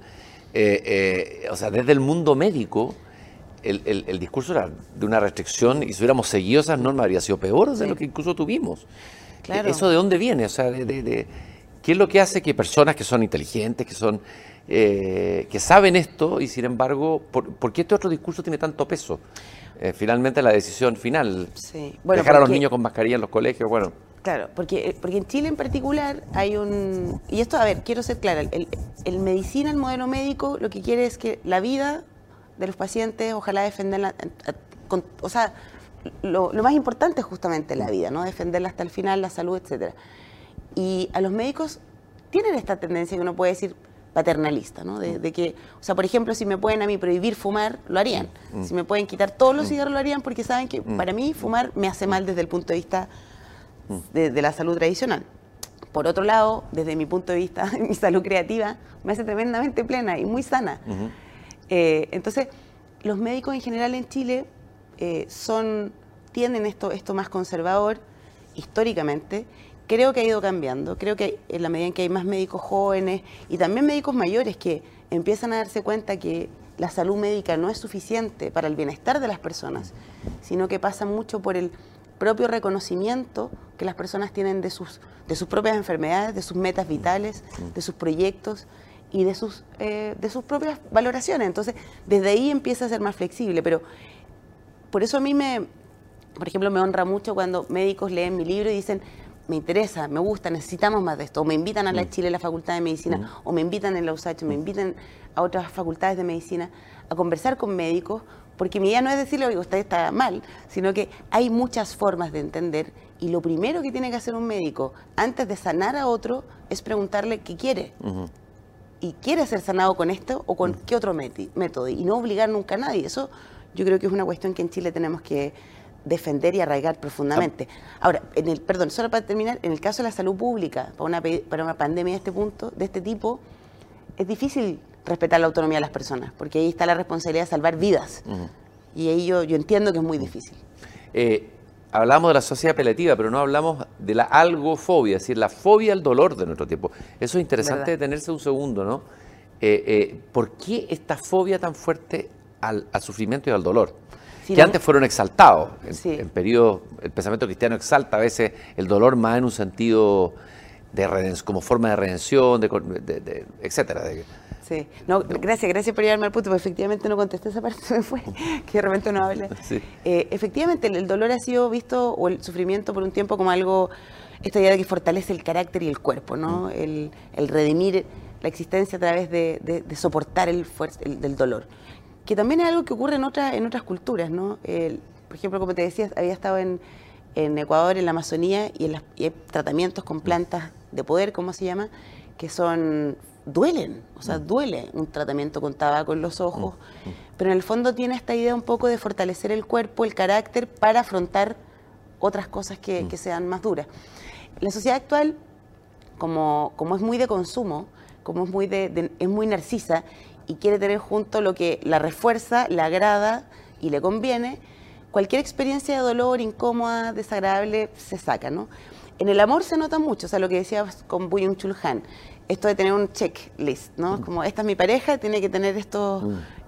O sea, desde el mundo médico, el discurso era de una restricción y si hubiéramos seguido esas normas habría sido peor de lo que incluso tuvimos. Claro. ¿Eso de dónde viene? O sea, ¿qué es lo que hace que personas que son inteligentes, que saben esto y sin embargo, ¿por qué este otro discurso tiene tanto peso? Finalmente la decisión final, bueno, dejar a los niños con mascarilla en los colegios, bueno. Claro, porque en Chile en particular hay un... Y esto, a ver, quiero ser clara, el medicina, el modelo médico, lo que quiere es que la vida de los pacientes, ojalá defenderla, o sea, lo más importante es justamente la vida, ¿no? Defenderla hasta el final, la salud, etcétera. Y a los médicos tienen esta tendencia que uno puede decir paternalista, ¿no? De que, o sea, por ejemplo, si me pueden a mí prohibir fumar, lo harían. Si me pueden quitar todos los cigarros, lo harían porque saben que para mí fumar me hace mal desde el punto de vista de la salud tradicional. Por otro lado, desde mi punto de vista, mi salud creativa me hace tremendamente plena y muy sana. Entonces, los médicos en general en Chile tienen esto más conservador históricamente. Creo que ha ido cambiando, creo que en la medida en que hay más médicos jóvenes y también médicos mayores que empiezan a darse cuenta que la salud médica no es suficiente para el bienestar de las personas, sino que pasa mucho por el propio reconocimiento que las personas tienen de sus propias enfermedades, de sus metas vitales, de sus proyectos y de sus propias valoraciones. Entonces, desde ahí empieza a ser más flexible, pero por eso a mí por ejemplo, me honra mucho cuando médicos leen mi libro y dicen, me interesa, me gusta, necesitamos más de esto, o me invitan a la Chile, la Facultad de Medicina, o me invitan en la USACH, me invitan a otras facultades de medicina a conversar con médicos, porque mi idea no es decirle, oye, usted está mal, sino que hay muchas formas de entender y lo primero que tiene que hacer un médico antes de sanar a otro es preguntarle qué quiere. Y quiere ser sanado con esto o con qué otro método, y no obligar nunca a nadie. Eso yo creo que es una cuestión que en Chile tenemos que defender y arraigar profundamente. Ahora, perdón, solo para terminar, en el caso de la salud pública, para una pandemia de este tipo, es difícil respetar la autonomía de las personas, porque ahí está la responsabilidad de salvar vidas. Y ahí yo entiendo que es muy difícil. Hablamos de la sociedad apelativa, pero no hablamos de la algofobia, es decir, la fobia al dolor de nuestro tiempo. Eso es interesante detenerse un segundo, ¿no? ¿Por qué esta fobia tan fuerte al sufrimiento y al dolor? Sí, que antes fueron exaltados. En periodos, el pensamiento cristiano exalta a veces el dolor más en un sentido como forma de redención, etcétera. Sí, no, gracias por llevarme al punto, porque efectivamente no contesté esa parte, se me fue, que de repente no hable. Sí. Efectivamente, el dolor ha sido visto, o el sufrimiento por un tiempo, como algo, esta idea de que fortalece el carácter y el cuerpo, ¿no? El redimir la existencia a través de soportar del dolor. Que también es algo que ocurre en otras culturas, ¿no? Por ejemplo, como te decía, había estado en Ecuador, en la Amazonía, y hay tratamientos con plantas de poder, ¿cómo se llama? Que duelen, o sea, duele un tratamiento con tabaco en los ojos, pero en el fondo tiene esta idea un poco de fortalecer el cuerpo, el carácter, para afrontar otras cosas que sean más duras. La sociedad actual, como es muy de consumo, como es muy narcisa, y quiere tener junto lo que la refuerza, le agrada y le conviene, cualquier experiencia de dolor, incómoda, desagradable, se saca, ¿no? En el amor se nota mucho, o sea, lo que decías con Byung-Chul Han, esto de tener un checklist, ¿no? Como, esta es mi pareja, tiene que tener estos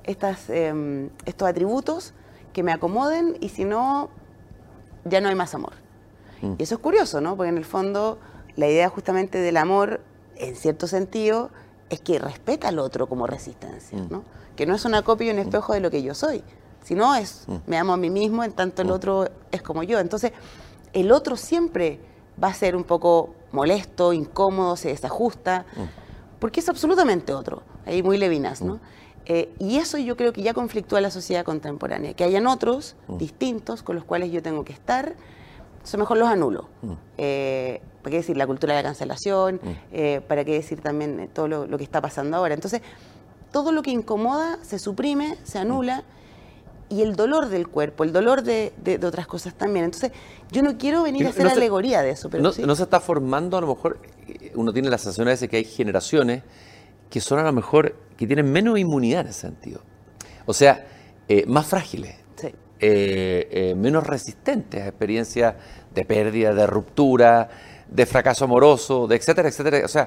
atributos que me acomoden, y si no, ya no hay más amor. Y eso es curioso, ¿no? Porque en el fondo, la idea justamente del amor, en cierto sentido, es que respeta al otro como resistencia, ¿no? Que no es una copia y un espejo de lo que yo soy, sino me amo a mí mismo, en tanto el otro es como yo. Entonces, el otro siempre va a ser un poco molesto, incómodo, se desajusta, porque es absolutamente otro, ahí muy Levinas, ¿no? Y eso yo creo que ya conflictúa la sociedad contemporánea, que hayan otros distintos con los cuales yo tengo que estar, eso mejor los anulo. ¿Para qué decir la cultura de la cancelación? ¿Para qué decir también todo lo que está pasando ahora? Entonces, todo lo que incomoda se suprime, se anula, y el dolor del cuerpo, el dolor de otras cosas también. Entonces, yo no quiero venir a hacer alegoría de eso, pero no se está formando, a lo mejor, uno tiene la sensación a veces que hay generaciones que son a lo mejor, que tienen menos inmunidad en ese sentido. O sea, más frágiles, Sí. menos resistentes a experiencias de pérdida, de ruptura, de fracaso amoroso, de etcétera, etcétera. O sea,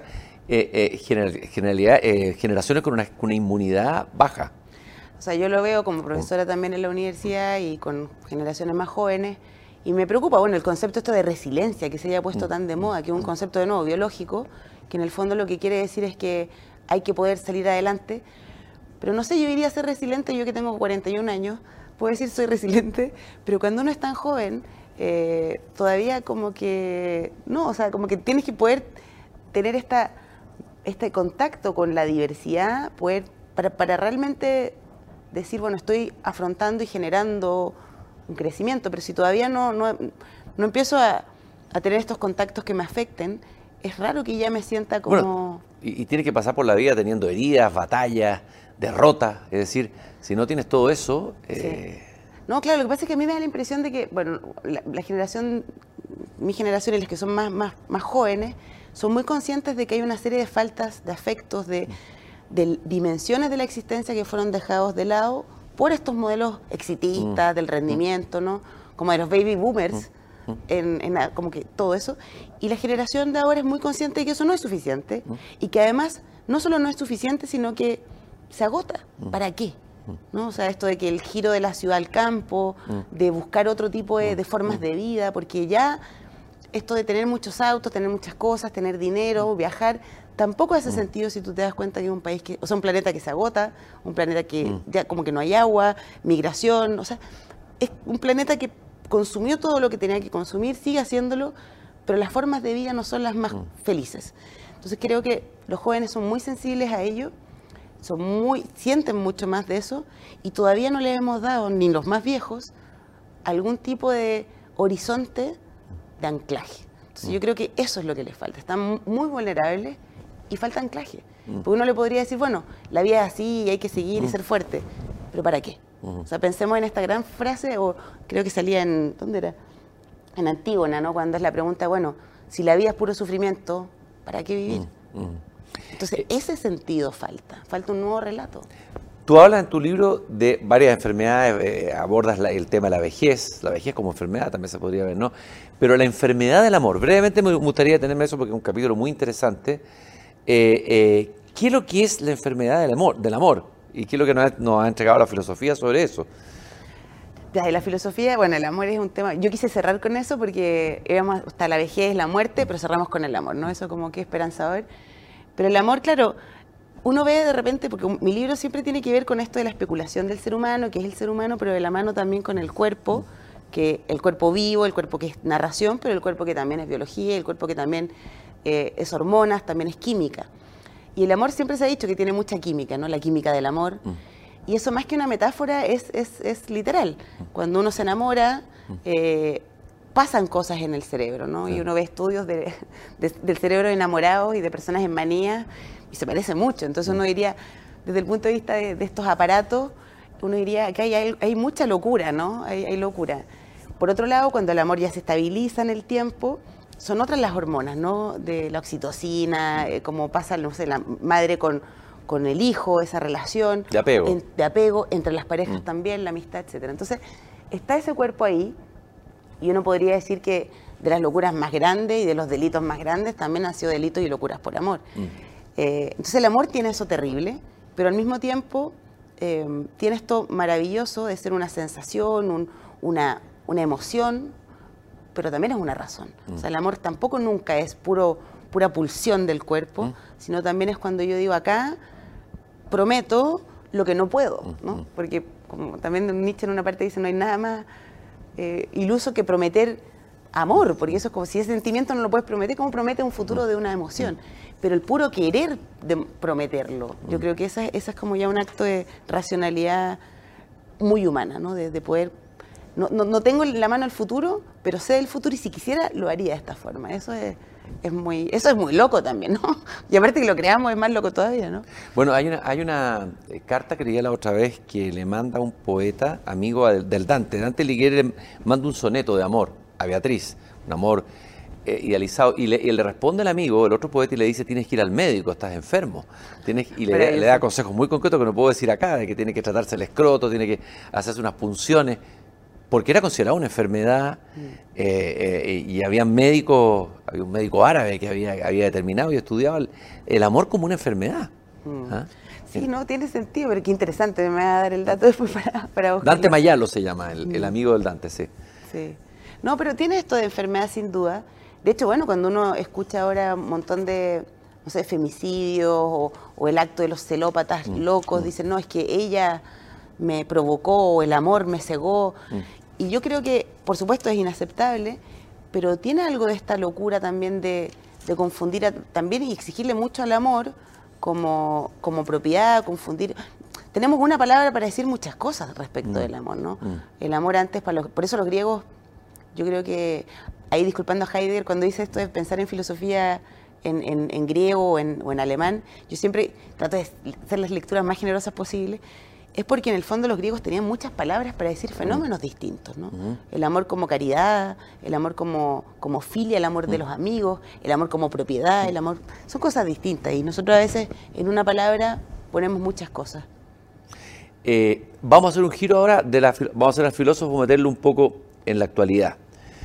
generaciones con una inmunidad baja. O sea, yo lo veo como profesora también en la universidad y con generaciones más jóvenes, y me preocupa, bueno, el concepto esto de resiliencia que se haya puesto tan de moda, que es un concepto de nuevo biológico, que en el fondo lo que quiere decir es que hay que poder salir adelante. Pero no sé, yo iría a ser resiliente, yo que tengo 41 años, puedo decir soy resiliente, pero cuando uno es tan joven, todavía como que, no, o sea, como que tienes que poder tener este contacto con la diversidad, poder, para realmente decir, bueno, estoy afrontando y generando un crecimiento, pero si todavía no empiezo a tener estos contactos que me afecten, es raro que ya me sienta como... Bueno, y tienes que pasar por la vida teniendo heridas, batallas, derrotas. Es decir, si no tienes todo eso... Sí. No, claro, lo que pasa es que a mí me da la impresión de que, bueno, la generación, mi generación y las que son más jóvenes, son muy conscientes de que hay una serie de faltas, de afectos, de dimensiones de la existencia que fueron dejados de lado por estos modelos exitistas del rendimiento, ¿no? Como de los baby boomers, como que todo eso. Y la generación de ahora es muy consciente de que eso no es suficiente y que además no solo no es suficiente, sino que se agota. ¿Para qué? ¿No? O sea, esto de que el giro de la ciudad al campo, de buscar otro tipo de formas de vida, porque ya esto de tener muchos autos, tener muchas cosas, tener dinero, viajar, tampoco hace sentido si tú te das cuenta que es un país que, o sea, un planeta que se agota, un planeta que ya como que no hay agua, migración, o sea, es un planeta que consumió todo lo que tenía que consumir, sigue haciéndolo, pero las formas de vida no son las más felices. Entonces creo que los jóvenes son muy sensibles a ello, sienten mucho más de eso y todavía no le hemos dado, ni los más viejos, algún tipo de horizonte de anclaje. Entonces yo creo que eso es lo que les falta. Están muy vulnerables y falta anclaje. Porque uno le podría decir, bueno, la vida es así y hay que seguir y ser fuerte. ¿Pero para qué? O sea, pensemos en esta gran frase, o creo que salía en, ¿dónde era? En Antígona, ¿no? Cuando es la pregunta, bueno, si la vida es puro sufrimiento, ¿para qué vivir? Entonces, ese sentido falta un nuevo relato. Tú hablas en tu libro de varias enfermedades, abordas el tema de la vejez como enfermedad también se podría ver, ¿no? Pero la enfermedad del amor, brevemente me gustaría tenerme eso porque es un capítulo muy interesante. ¿Qué es lo que es la enfermedad del amor? ¿Y qué es lo que nos ha entregado la filosofía sobre eso? Ya, y la filosofía, bueno, el amor es un tema, yo quise cerrar con eso porque íbamos hasta la vejez, la muerte, pero cerramos con el amor, ¿no? Eso como que esperanzador. Pero el amor, claro, uno ve de repente, porque mi libro siempre tiene que ver con esto de la especulación del ser humano, que es el ser humano, pero de la mano también con el cuerpo, que el cuerpo vivo, el cuerpo que es narración, pero el cuerpo que también es biología, el cuerpo que también es hormonas, también es química. Y el amor siempre se ha dicho que tiene mucha química, ¿no? La química del amor. Y eso más que una metáfora es literal. Cuando uno se enamora, pasan cosas en el cerebro, ¿no? Y uno ve estudios del cerebro de enamorados y de personas en manía y se parece mucho. Entonces uno diría, desde el punto de vista de estos aparatos, uno diría que hay mucha locura, ¿no? Hay locura. Por otro lado, cuando el amor ya se estabiliza en el tiempo, son otras las hormonas, ¿no? De la oxitocina, como pasa, no sé, la madre con el hijo, esa relación. De apego. De apego, entre las parejas también, la amistad, etcétera. Entonces, está ese cuerpo ahí, y uno podría decir que de las locuras más grandes y de los delitos más grandes también han sido delitos y locuras por amor. Entonces el amor tiene eso terrible, pero al mismo tiempo tiene esto maravilloso de ser una sensación, una emoción, pero también es una razón. O sea, el amor tampoco nunca es pura pulsión del cuerpo, sino también es cuando yo digo acá, prometo lo que no puedo, ¿no? Porque como también Nietzsche en una parte dice, no hay nada más iluso que prometer amor, porque eso es como si ese sentimiento no lo puedes prometer, como promete un futuro de una emoción. Pero el puro querer de prometerlo, yo creo que esa es como ya un acto de racionalidad muy humana, ¿no? De poder, no tengo en la mano el futuro, pero sé el futuro y si quisiera lo haría de esta forma. Eso es muy loco también, ¿no? Y aparte que lo creamos es más loco todavía, ¿no? Bueno, hay una carta que leí la otra vez que le manda un poeta, amigo del Dante. Dante Alighieri le manda un soneto de amor a Beatriz, un amor idealizado. Y le responde el amigo, el otro poeta, y le dice, tienes que ir al médico, estás enfermo. Y le da consejos muy concretos que no puedo decir acá, de que tiene que tratarse el escroto, tiene que hacerse unas punciones, porque era considerado una enfermedad, y había un médico árabe que había determinado y estudiado el amor como una enfermedad. ¿Ah? Sí, no, tiene sentido, pero qué interesante, me va a dar el dato después para buscarlo. Dante Mayalo se llama, el amigo del Dante, sí. Sí. No, pero tiene esto de enfermedad sin duda. De hecho, bueno, cuando uno escucha ahora un montón de, no sé, femicidios o el acto de los celópatas locos, dicen, no, es que ella me provocó o el amor me cegó. Y yo creo que, por supuesto, es inaceptable, pero tiene algo de esta locura también de confundir también y exigirle mucho al amor como propiedad, confundir. Tenemos una palabra para decir muchas cosas respecto del amor, ¿no? El amor antes, por eso los griegos, yo creo que, ahí disculpando a Heidegger, cuando dice esto de pensar en filosofía en griego o en alemán, yo siempre trato de hacer las lecturas más generosas posibles, es porque en el fondo los griegos tenían muchas palabras para decir fenómenos distintos, ¿no? El amor como caridad, el amor como filia, el amor de los amigos, el amor como propiedad, el amor... Son cosas distintas y nosotros a veces en una palabra ponemos muchas cosas. Vamos a hacer un giro ahora, vamos a hacer al filósofo, meterlo un poco en la actualidad.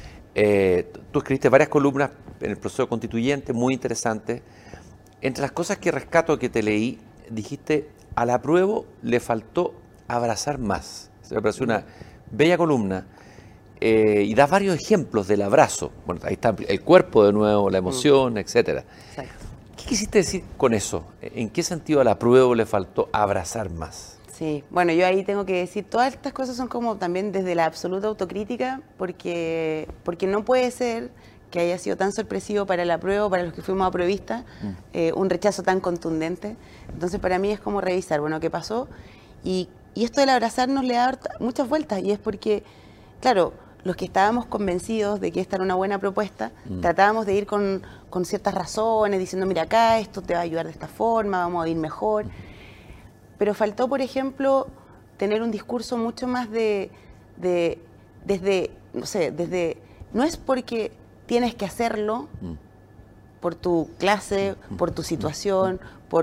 Tú escribiste varias columnas en el proceso constituyente, muy interesantes. Entre las cosas que rescato que te leí, dijiste, a la prueba le faltó abrazar más. Se me pareció una bella columna. Y das varios ejemplos del abrazo. Bueno, ahí está el cuerpo de nuevo, la emoción, etcétera. Exacto. ¿Qué quisiste decir con eso? ¿En qué sentido a la prueba le faltó abrazar más? Sí, bueno, yo ahí tengo que decir, todas estas cosas son como también desde la absoluta autocrítica, porque no puede ser que haya sido tan sorpresivo para la prueba, para los que fuimos apruebistas, un rechazo tan contundente. Entonces para mí es como revisar, bueno, qué pasó, y esto del abrazarnos le da muchas vueltas, y es porque, claro, los que estábamos convencidos de que esta era una buena propuesta, tratábamos de ir con ciertas razones, diciendo, mira acá, esto te va a ayudar de esta forma, vamos a ir mejor. Pero faltó, por ejemplo, tener un discurso mucho más no es porque tienes que hacerlo por tu clase, por tu situación,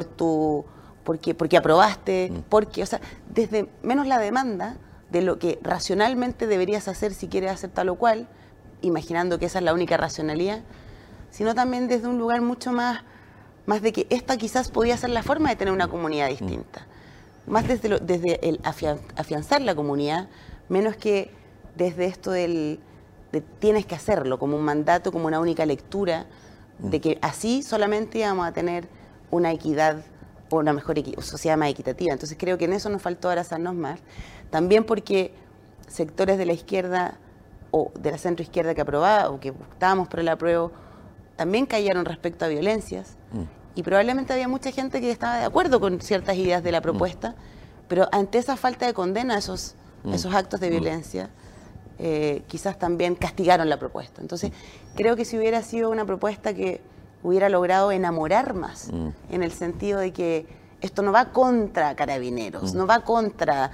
porque aprobaste, o sea, desde menos la demanda de lo que racionalmente deberías hacer si quieres hacer tal o cual, imaginando que esa es la única racionalidad, sino también desde un lugar mucho más de que esta quizás podía ser la forma de tener una comunidad distinta. Más desde el afianzar la comunidad, menos que desde esto de tienes que hacerlo, como un mandato, como una única lectura, de que así solamente vamos a tener una equidad o una mejor sociedad más equitativa. Entonces creo que en eso nos faltó abrazarnos más. También porque sectores de la izquierda o de la centroizquierda que aprobaba o que estábamos por el apruebo, también cayeron respecto a violencias. Y probablemente había mucha gente que estaba de acuerdo con ciertas ideas de la propuesta, pero ante esa falta de condena a esos actos de violencia, quizás también castigaron la propuesta. Entonces, creo que si hubiera sido una propuesta que hubiera logrado enamorar más, en el sentido de que esto no va contra Carabineros, no va contra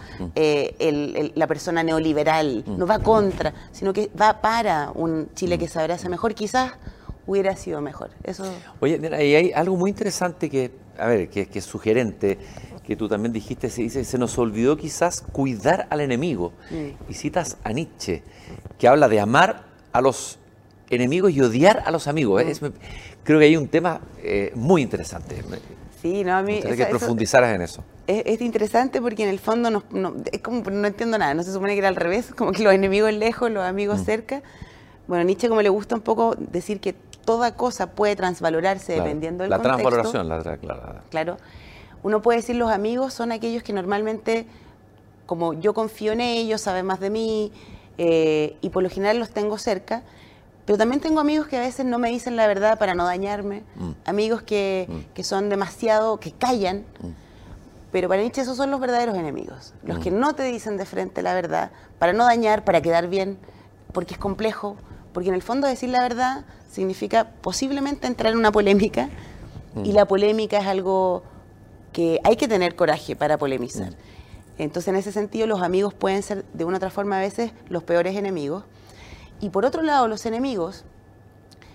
la persona neoliberal, no va contra, sino que va para un Chile que se abraza mejor, quizás hubiera sido mejor. Eso... Oye, y hay algo muy interesante que es sugerente, que tú también dijiste, se nos olvidó quizás cuidar al enemigo. Y citas a Nietzsche, que habla de amar a los enemigos y odiar a los amigos. Creo que hay un tema muy interesante. Sí, no, a mí... que profundizaras en eso. Es interesante porque en el fondo es como no entiendo nada, no se supone que era al revés, como que los enemigos lejos, los amigos cerca. Bueno, Nietzsche como le gusta un poco decir que toda cosa puede transvalorarse dependiendo del contexto. La transvaloración, claro. Uno puede decir los amigos son aquellos que normalmente, como yo confío en ellos, saben más de mí, y por lo general los tengo cerca, pero también tengo amigos que a veces no me dicen la verdad para no dañarme, amigos que son demasiado, que callan, pero para Nietzsche esos son los verdaderos enemigos, los que no te dicen de frente la verdad, para no dañar, para quedar bien, porque es complejo, porque en el fondo decir la verdad significa posiblemente entrar en una polémica, y la polémica es algo que hay que tener coraje para polemizar. Entonces, en ese sentido, los amigos pueden ser, de una u otra forma, a veces los peores enemigos. Y por otro lado, los enemigos,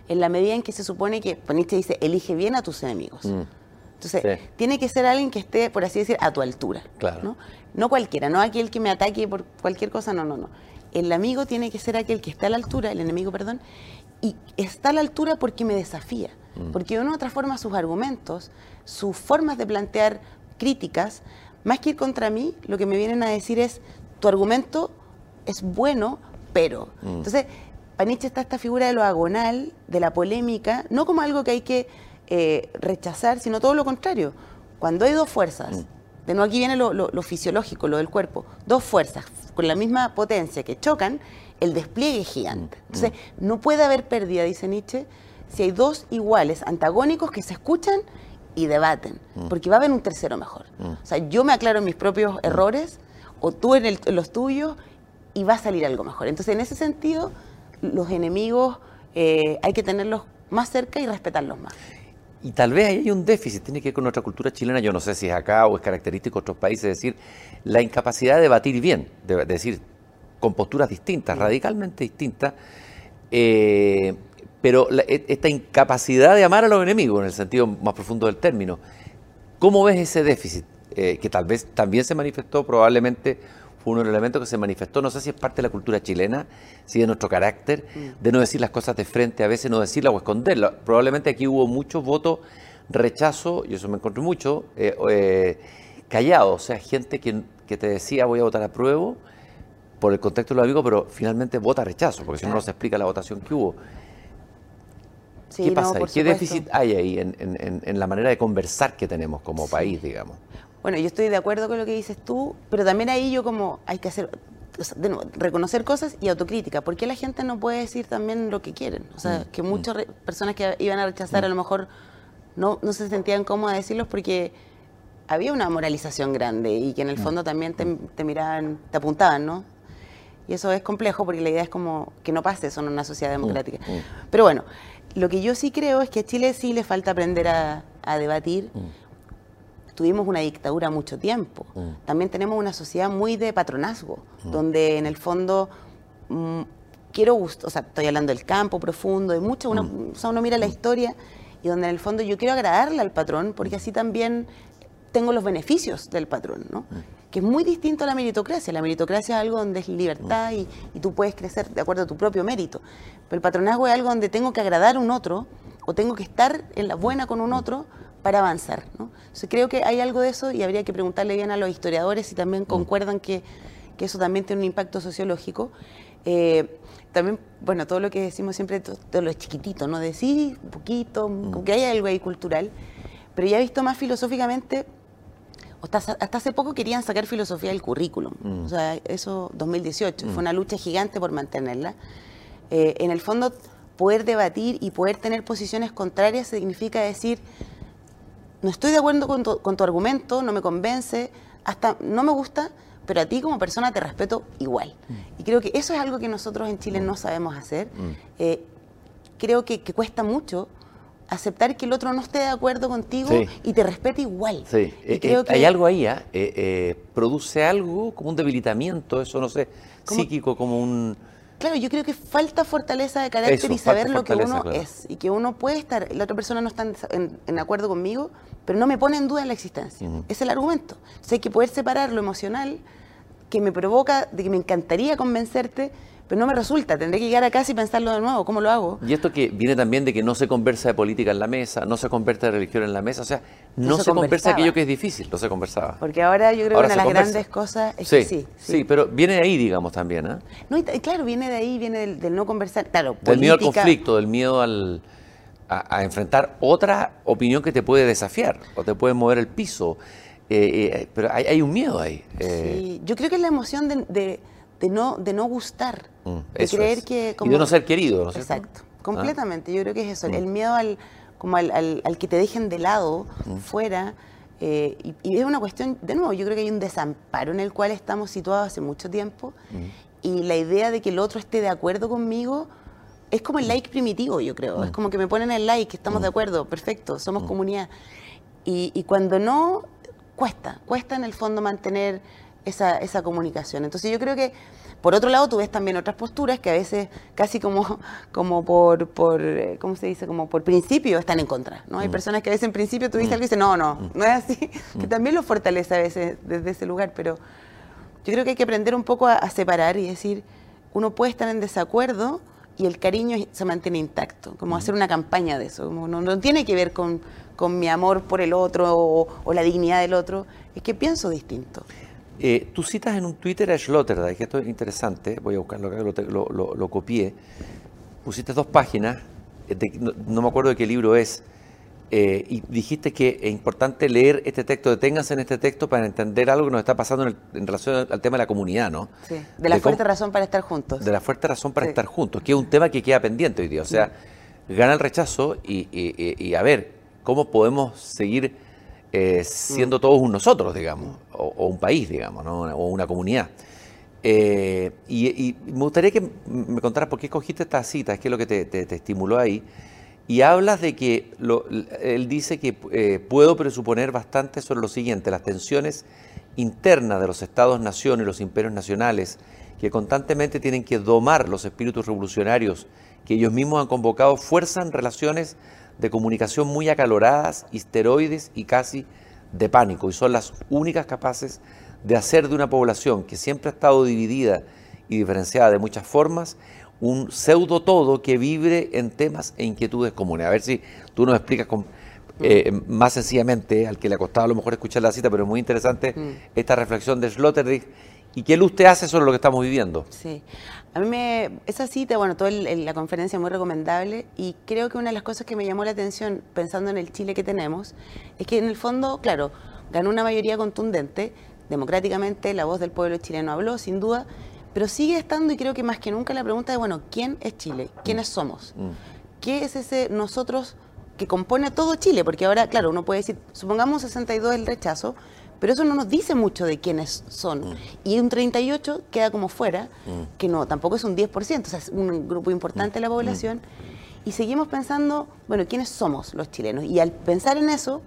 en la medida en que se supone que, Nietzsche dice, elige bien a tus enemigos. Entonces, tiene que ser alguien que esté, por así decir, a tu altura. Claro. No cualquiera, no aquel que me ataque por cualquier cosa, no. El amigo tiene que ser aquel que está a la altura, el enemigo, perdón, y está a la altura porque me desafía, porque uno transforma sus argumentos, sus formas de plantear críticas, más que ir contra mí, lo que me vienen a decir es, tu argumento es bueno, pero. Entonces, para Nietzsche está esta figura de lo agonal, de la polémica, no como algo que hay que rechazar, sino todo lo contrario. Cuando hay dos fuerzas, de nuevo aquí viene lo fisiológico, lo del cuerpo, dos fuerzas con la misma potencia que chocan, el despliegue es gigante. Entonces, no puede haber pérdida, dice Nietzsche, si hay dos iguales, antagónicos, que se escuchan y debaten, porque va a haber un tercero mejor. O sea, yo me aclaro en mis propios errores, o tú en los tuyos, y va a salir algo mejor. Entonces, en ese sentido, los enemigos hay que tenerlos más cerca y respetarlos más. Y tal vez ahí hay un déficit, tiene que ver con nuestra cultura chilena, yo no sé si es acá o es característico de otros países, es decir, la incapacidad de debatir bien, de decir, con posturas distintas, radicalmente distintas, pero esta incapacidad de amar a los enemigos, en el sentido más profundo del término. ¿Cómo ves ese déficit? Que tal vez también se manifestó, probablemente fue uno de los elementos que se manifestó, no sé si es parte de la cultura chilena, si de nuestro carácter, de no decir las cosas de frente, a veces no decirlas o esconderlas. Probablemente aquí hubo muchos votos rechazo, y eso me encontré mucho, callados, o sea, gente que te decía voy a votar a prueba por el contexto de los amigos, pero finalmente vota rechazo, porque si no, no se explica la votación que hubo. Sí, ¿Qué pasa ahí? ¿Qué déficit hay ahí en la manera de conversar que tenemos como país, digamos? Bueno, yo estoy de acuerdo con lo que dices tú, pero también ahí yo como hay que hacer, o sea, de nuevo, reconocer cosas y autocrítica. ¿Por qué la gente no puede decir también lo que quieren? O sea, que muchas personas que iban a rechazar a lo mejor no se sentían cómodas de decirlos porque había una moralización grande y que en el fondo también te miraban, te apuntaban, ¿no? Y eso es complejo porque la idea es como que no pase eso en una sociedad democrática. Pero bueno, lo que yo sí creo es que a Chile sí le falta aprender a debatir. Tuvimos una dictadura mucho tiempo. También tenemos una sociedad muy de patronazgo, donde en el fondo o sea, estoy hablando del campo profundo, de mucho, o sea, uno mira la historia y donde en el fondo yo quiero agradarle al patrón porque así también tengo los beneficios del patrón, ¿no? Que es muy distinto a la meritocracia. La meritocracia es algo donde es libertad y tú puedes crecer de acuerdo a tu propio mérito. Pero el patronazgo es algo donde tengo que agradar a un otro o tengo que estar en la buena con un otro para avanzar, ¿no? Entonces, creo que hay algo de eso y habría que preguntarle bien a los historiadores si también concuerdan que eso también tiene un impacto sociológico. También, bueno, todo lo que decimos siempre, todo lo chiquitito, ¿no? Decir un poquito, como que hay algo ahí cultural, pero ya he visto más filosóficamente, hasta hace poco querían sacar filosofía del currículum, o sea, eso 2018, fue una lucha gigante por mantenerla. En el fondo, poder debatir y poder tener posiciones contrarias significa decir, no estoy de acuerdo con tu argumento, no me convence, hasta no me gusta, pero a ti como persona te respeto igual. Y creo que eso es algo que nosotros en Chile no sabemos hacer. Creo que cuesta mucho aceptar que el otro no esté de acuerdo contigo y te respete igual. Sí. Y creo que hay algo ahí, produce algo como un debilitamiento, eso no sé, psíquico, como un... Claro, yo creo que falta fortaleza de carácter Eso, y saber lo que uno claro. es. Y que uno puede estar, la otra persona no está en acuerdo conmigo, pero no me pone en duda la existencia. Es el argumento. Entonces hay que poder separar lo emocional, que me provoca, de que me encantaría convencerte, pero no me resulta. Tendré que llegar a casa y pensarlo de nuevo. ¿Cómo lo hago? Y esto que viene también de que no se conversa de política en la mesa, no se conversa de religión en la mesa, o sea, no se conversa aquello que es difícil, no se conversaba. Porque ahora yo creo que una de las grandes cosas es que sí, pero viene de ahí, digamos, también, ¿eh? No, claro, viene de ahí, viene del no conversar. Claro, del miedo al conflicto, del miedo a enfrentar otra opinión que te puede desafiar o te puede mover el piso. Pero hay un miedo ahí. Sí, yo creo que es la emoción de no gustar, de creer que... Y de no ser querido, ¿no es cierto? Exacto, completamente, yo creo que es eso, el miedo al que te dejen de lado, fuera, y es una cuestión, de nuevo, yo creo que hay un desamparo en el cual estamos situados hace mucho tiempo, y la idea de que el otro esté de acuerdo conmigo es como el like primitivo, yo creo, es como que me ponen el like, estamos de acuerdo, perfecto, somos comunidad, y cuando no, cuesta en el fondo mantener esa comunicación. Entonces yo creo que Por otro lado, tú ves también otras posturas que a veces casi como por ¿cómo se dice? Como por principio están en contra, ¿no? Hay personas que a veces en principio tú dices algo y dicen, no es así, que también lo fortalece a veces desde ese lugar, pero yo creo que hay que aprender un poco a separar y decir, uno puede estar en desacuerdo y el cariño se mantiene intacto, como hacer una campaña de eso, como no tiene que ver con mi amor por el otro o la dignidad del otro, es que pienso distinto. Tú citas en un Twitter a Sloterdijk, que esto es interesante, voy a buscarlo acá, lo copié, pusiste 2 páginas, no me acuerdo de qué libro es, y dijiste que es importante leer este texto, deténganse en este texto para entender algo que nos está pasando en relación al tema de la comunidad, ¿no? Sí, de la fuerte razón para estar juntos. De la fuerte razón para estar juntos, que es un tema que queda pendiente hoy día, o sea, gana el rechazo y a ver, ¿cómo podemos seguir siendo todos un nosotros, digamos, o un país, digamos, ¿no? O una comunidad? Y me gustaría que me contaras por qué escogiste esta cita, qué es lo que te estimuló ahí, y hablas de que él dice que puedo presuponer bastante sobre lo siguiente: las tensiones internas de los estados-nación y los imperios nacionales, que constantemente tienen que domar los espíritus revolucionarios que ellos mismos han convocado, fuerzan relaciones de comunicación muy acaloradas, histeroides y casi de pánico, y son las únicas capaces de hacer de una población que siempre ha estado dividida y diferenciada de muchas formas, un pseudo todo que vibre en temas e inquietudes comunes. A ver si tú nos explicas más sencillamente, al que le ha costado a lo mejor escuchar la cita, pero es muy interesante esta reflexión de Sloterdijk, y qué luz te hace sobre lo que estamos viviendo. Sí, a mí esa cita, bueno, toda la conferencia es muy recomendable, y creo que una de las cosas que me llamó la atención pensando en el Chile que tenemos es que en el fondo, claro, ganó una mayoría contundente, democráticamente la voz del pueblo chileno habló, sin duda, pero sigue estando, y creo que más que nunca, la pregunta de, bueno, ¿quién es Chile? ¿Quiénes somos? ¿Qué es ese nosotros que compone a todo Chile? Porque ahora, claro, uno puede decir, supongamos 62 el rechazo, pero eso no nos dice mucho de quiénes son. Y un 38 queda como fuera, que no, tampoco es un 10%, o sea, es un grupo importante de la población. Y seguimos pensando, bueno, ¿quiénes somos los chilenos? Y al pensar en eso,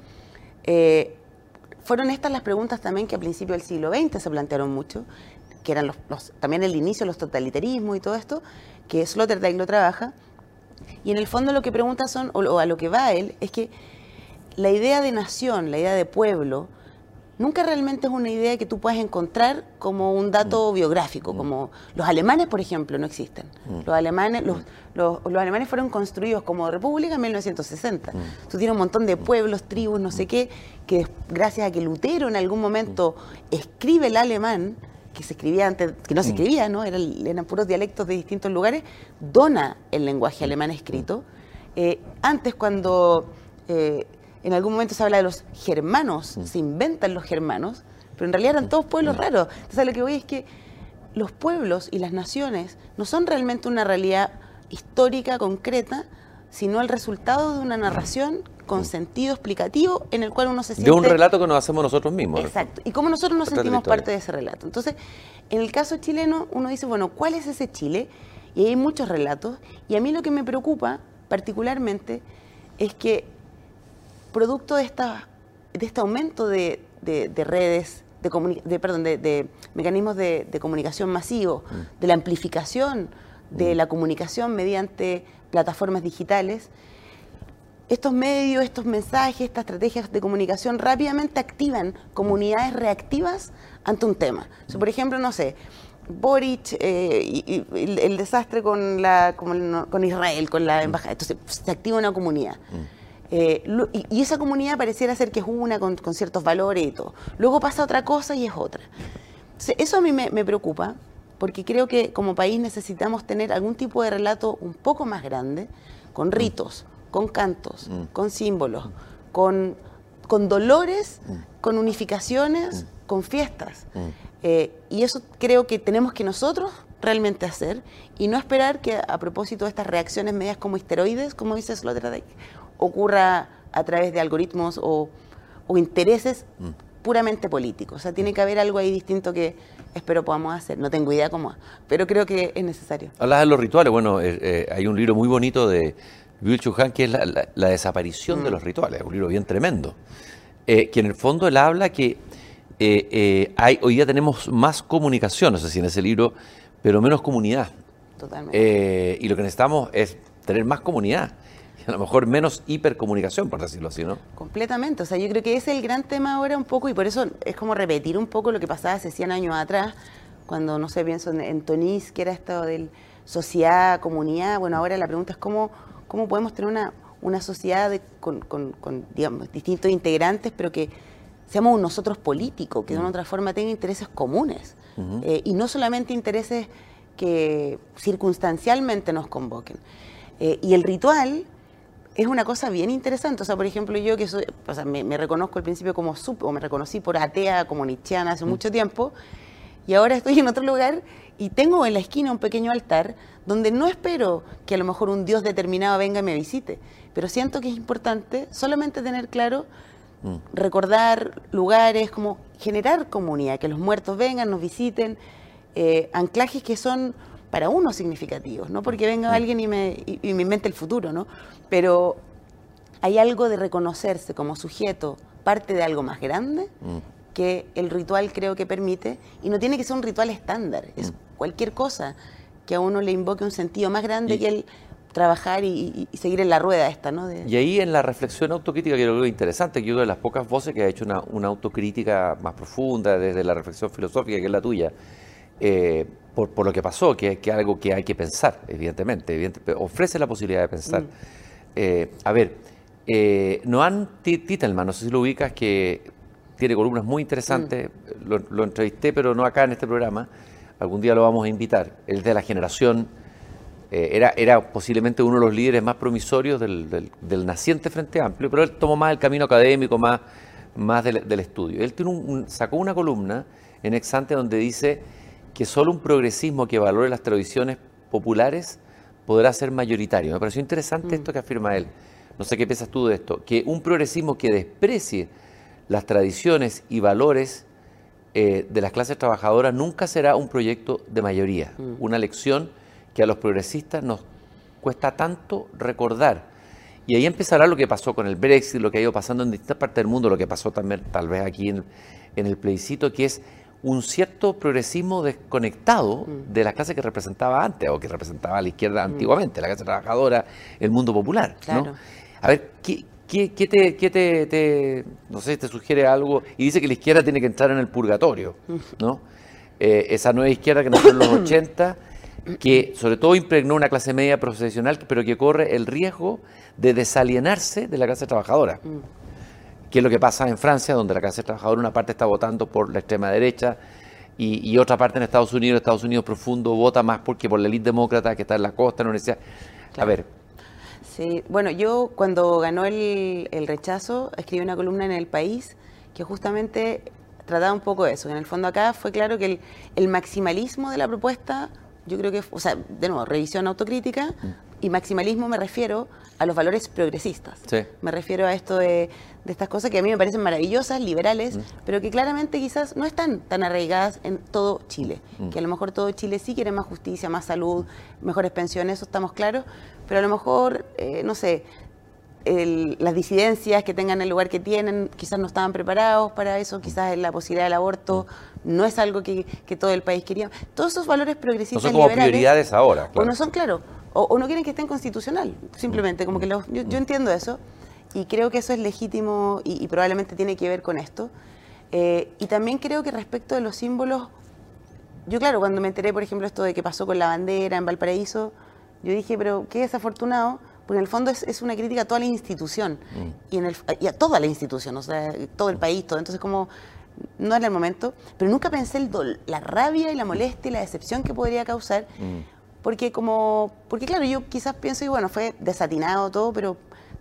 fueron estas las preguntas también que a principios del siglo XX se plantearon mucho, que eran también el inicio de los totalitarismos y todo esto, que Sloterdijk lo trabaja. Y en el fondo lo que pregunta son, o a lo que va él, es que la idea de nación, la idea de pueblo, nunca realmente es una idea que tú puedas encontrar como un dato biográfico, como los alemanes, por ejemplo, no existen. Los alemanes fueron construidos como república en 1960. Tú tienes un montón de pueblos, tribus, no sé qué, que gracias a que Lutero en algún momento escribe el alemán, que se escribía antes, que no se escribía, ¿no? Eran puros dialectos de distintos lugares, dona el lenguaje alemán escrito. Antes, cuando en algún momento se habla de los germanos, se inventan los germanos, pero en realidad eran todos pueblos raros. Entonces, a lo que voy es que los pueblos y las naciones no son realmente una realidad histórica, concreta, sino el resultado de una narración con sentido explicativo en el cual uno se siente... De un relato que nos hacemos nosotros mismos. Exacto. Y cómo nosotros nos sentimos parte de ese relato. Entonces, en el caso chileno, uno dice, bueno, ¿cuál es ese Chile? Y hay muchos relatos. Y a mí lo que me preocupa particularmente es que producto de este aumento de redes, de mecanismos de comunicación masivos, de la amplificación de la comunicación mediante plataformas digitales, estos medios, estos mensajes, estas estrategias de comunicación rápidamente activan comunidades reactivas ante un tema. O sea, por ejemplo, no sé, Boric y el desastre con Israel, con la embajada. Entonces se activa una comunidad. Y esa comunidad pareciera ser que es una con ciertos valores y todo. Luego pasa otra cosa y es otra. Entonces, eso a mí me preocupa, porque creo que como país necesitamos tener algún tipo de relato un poco más grande, con ritos, con cantos, con símbolos, con dolores, con unificaciones, con fiestas. Y eso creo que tenemos que nosotros realmente hacer, y no esperar que a propósito de estas reacciones medias como histeroides, como dice Sloterdijk, ocurra a través de algoritmos o intereses puramente políticos. O sea, tiene que haber algo ahí distinto que espero podamos hacer. No tengo idea cómo, pero creo que es necesario. Hablas de los rituales. Bueno, hay un libro muy bonito de Byung-Chul Han que es la desaparición de los rituales, un libro bien tremendo, que en el fondo él habla que hoy día tenemos más comunicación, no sé si en ese libro pero menos comunidad. Totalmente. Y lo que necesitamos es tener más comunidad. Y a lo mejor menos hipercomunicación, por decirlo así, ¿no? Completamente. O sea, yo creo que ese es el gran tema ahora un poco, y por eso es como repetir un poco lo que pasaba hace 100 años atrás, cuando, no sé, pienso en Tonís, que era esto del sociedad, comunidad. Bueno, ahora la pregunta es cómo podemos tener una sociedad con, digamos, distintos integrantes, pero que seamos un nosotros político, que de una otra forma tenga intereses comunes, y no solamente intereses que circunstancialmente nos convoquen. Y el ritual es una cosa bien interesante. O sea, por ejemplo, yo que soy, o sea, me reconozco al principio como o me reconocí por atea, como nietzscheana hace mucho tiempo, y ahora estoy en otro lugar y tengo en la esquina un pequeño altar donde no espero que a lo mejor un Dios determinado venga y me visite, pero siento que es importante solamente tener claro, recordar lugares, como generar comunidad, que los muertos vengan, nos visiten, anclajes que son para uno significativos, no porque venga alguien y me invente el futuro, ¿no? Pero hay algo de reconocerse como sujeto, parte de algo más grande, que el ritual creo que permite, y no tiene que ser un ritual estándar, es cualquier cosa que a uno le invoque un sentido más grande que el trabajar y seguir en la rueda esta, ¿no? Y ahí en la reflexión autocrítica, que yo creo que es interesante, que yo de las pocas voces que ha hecho una autocrítica más profunda desde la reflexión filosófica, que es la tuya, por lo que pasó, que es algo que hay que pensar, evidentemente, ofrece la posibilidad de pensar. A ver, Noam Titelman, no sé si lo ubicas, que tiene columnas muy interesantes, lo entrevisté, pero no acá en este programa, algún día lo vamos a invitar. Él de la generación, era posiblemente uno de los líderes más promisorios del naciente Frente Amplio, pero él tomó más el camino académico, más del estudio. Él sacó una columna en Ex Ante donde dice que solo un progresismo que valore las tradiciones populares podrá ser mayoritario. Me pareció interesante esto que afirma él. No sé qué piensas tú de esto. Que un progresismo que desprecie las tradiciones y valores de las clases trabajadoras nunca será un proyecto de mayoría. Una lección que a los progresistas nos cuesta tanto recordar. Y ahí empezará lo que pasó con el Brexit, lo que ha ido pasando en distintas partes del mundo, lo que pasó también tal vez aquí en el plebiscito, que es un cierto progresismo desconectado de la clase que representaba antes, o que representaba a la izquierda antiguamente, la clase trabajadora, el mundo popular, ¿no? Claro. A ver, no sé, te sugiere algo? Y dice que la izquierda tiene que entrar en el purgatorio, ¿no? Esa nueva izquierda que nació en los 80, que sobre todo impregnó una clase media profesional, pero que corre el riesgo de desalienarse de la clase trabajadora. Que es lo que pasa en Francia, donde la clase trabajadora, una parte está votando por la extrema derecha y otra parte en Estados Unidos profundo, vota más por la élite demócrata que está en la costa, en la universidad. Claro. A ver. Sí, bueno, yo cuando ganó el rechazo escribí una columna en El País que justamente trataba un poco de eso. En el fondo acá fue claro que el maximalismo de la propuesta, yo creo que, o sea, de nuevo, revisión autocrítica, y maximalismo me refiero a los valores progresistas. Sí. Me refiero a esto de estas cosas que a mí me parecen maravillosas, liberales, pero que claramente quizás no están tan arraigadas en todo Chile. Que a lo mejor todo Chile sí quiere más justicia, más salud, mejores pensiones, eso estamos claros, pero a lo mejor, no sé, las disidencias que tengan el lugar que tienen, quizás no estaban preparados para eso, quizás la posibilidad del aborto no es algo que todo el país quería. Todos esos valores progresistas no son como liberales, prioridades ahora, claro. O no son, claro, o no quieren que estén constitucional, simplemente, como que yo entiendo eso, y creo que eso es legítimo y probablemente tiene que ver con esto. Y también creo que respecto de los símbolos, yo claro, cuando me enteré, por ejemplo, esto de que pasó con la bandera en Valparaíso, yo dije, pero qué desafortunado, porque en el fondo es una crítica a toda la institución, y a toda la institución, o sea, todo el país, todo. Entonces, como no era el momento, pero nunca pensé la rabia y la molestia y la decepción que podría causar, porque claro, yo quizás pienso, y bueno, fue desatinado todo, pero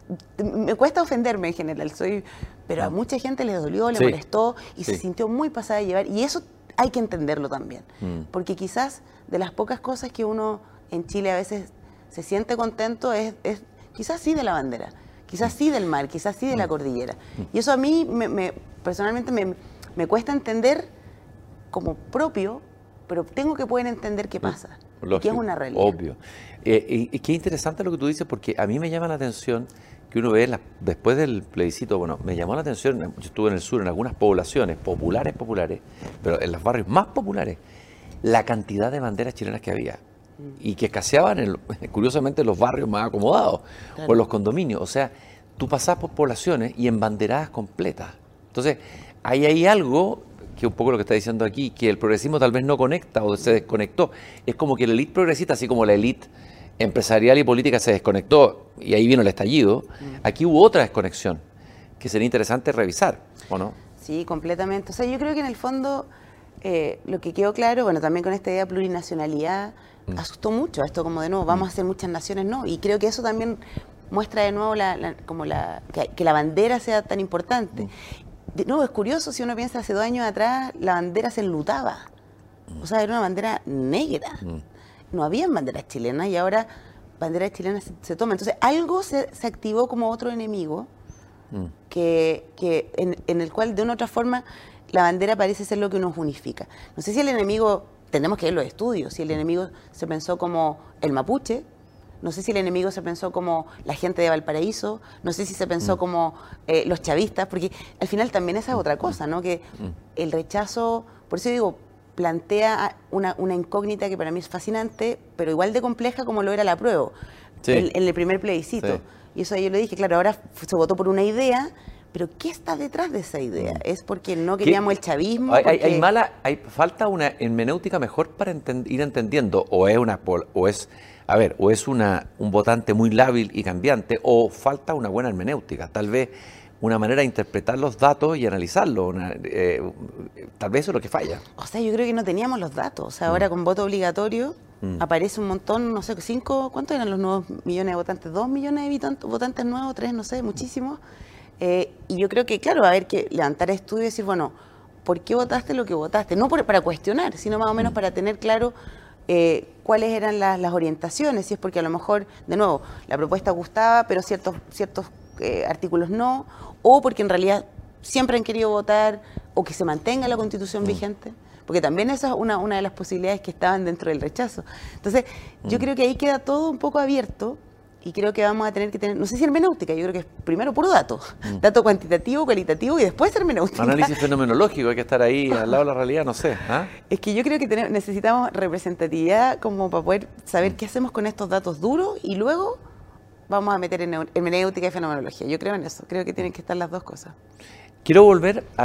me cuesta ofenderme en general, pero a mucha gente le dolió, le molestó, y se sintió muy pasada de llevar, y eso hay que entenderlo también, porque quizás de las pocas cosas que uno en Chile a veces se siente contento es quizás sí de la bandera, quizás sí del mar, quizás sí de la cordillera. Y eso a mí personalmente me cuesta entender como propio, pero tengo que poder entender qué pasa, que es una realidad. Obvio. Y qué interesante lo que tú dices, porque a mí me llama la atención que uno ve después del plebiscito, bueno, me llamó la atención, yo estuve en el sur, en algunas poblaciones populares, pero en los barrios más populares, la cantidad de banderas chilenas que había y que escaseaban, curiosamente, en los barrios más acomodados o en los condominios. O sea, tú pasás por poblaciones y en banderadas completas. Entonces, hay algo que un poco lo que está diciendo aquí, que el progresismo tal vez no conecta o se desconectó. Es como que la élite progresista, así como la élite empresarial y política se desconectó y ahí vino el estallido, aquí hubo otra desconexión que sería interesante revisar, ¿o no? Sí, completamente. O sea, yo creo que en el fondo lo que quedó claro, bueno, también con esta idea de plurinacionalidad, asustó mucho a esto como de nuevo, vamos a hacer muchas naciones, no. Y creo que eso también muestra de nuevo que la bandera sea tan importante. De nuevo, es curioso, si uno piensa hace 2 años atrás, la bandera se enlutaba. O sea, era una bandera negra. No habían banderas chilenas y ahora banderas chilenas se toman. Entonces, algo se activó como otro enemigo en el cual, de una u otra forma, la bandera parece ser lo que nos unifica. No sé si el enemigo, tenemos que ver los estudios, si el enemigo se pensó como el mapuche, no sé si el enemigo se pensó como la gente de Valparaíso, no sé si se pensó como los chavistas, porque al final también esa es otra cosa, ¿no? Que el rechazo, por eso digo, plantea una incógnita que para mí es fascinante, pero igual de compleja como lo era la apruebo, en el primer plebiscito. Sí. Y eso yo le dije, claro, ahora se votó por una idea, pero ¿qué está detrás de esa idea? ¿Es porque no queríamos el chavismo? Falta una hermenéutica mejor para ir entendiendo, o es un votante muy lábil y cambiante, o falta una buena hermenéutica, tal vez una manera de interpretar los datos y analizarlos, tal vez eso es lo que falla. O sea, yo creo que no teníamos los datos, o sea, ahora con voto obligatorio aparece un montón, no sé, ¿cuántos eran los nuevos millones de votantes? 2 millones de votantes nuevos, 3, no sé, muchísimos. Y yo creo que, claro, va a haber que levantar estudios y decir, bueno, ¿por qué votaste lo que votaste? No para cuestionar, sino más o menos para tener claro cuáles eran las orientaciones, si es porque a lo mejor, de nuevo, la propuesta gustaba, pero ciertos artículos no, o porque en realidad siempre han querido votar o que se mantenga la Constitución vigente, porque también esa es una de las posibilidades que estaban dentro del rechazo. Entonces, yo creo que ahí queda todo un poco abierto y creo que vamos a tener que tener, no sé si hermenéutica, yo creo que es primero puro dato, dato cuantitativo, cualitativo y después hermenéutica. Análisis fenomenológico, hay que estar ahí al lado de la realidad, no sé. Es que yo creo que necesitamos representatividad como para poder saber qué hacemos con estos datos duros y luego vamos a meter en hermenéutica y fenomenología. Yo creo en eso, creo que tienen que estar las dos cosas. Quiero volver a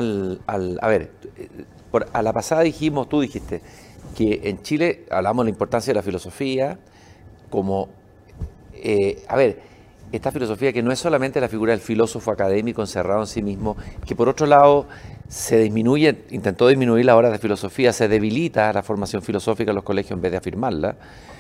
la pasada tú dijiste que en Chile hablamos de la importancia de la filosofía como, esta filosofía que no es solamente la figura del filósofo académico encerrado en sí mismo, que por otro lado intentó disminuir las horas de filosofía, se debilita la formación filosófica en los colegios en vez de afirmarla.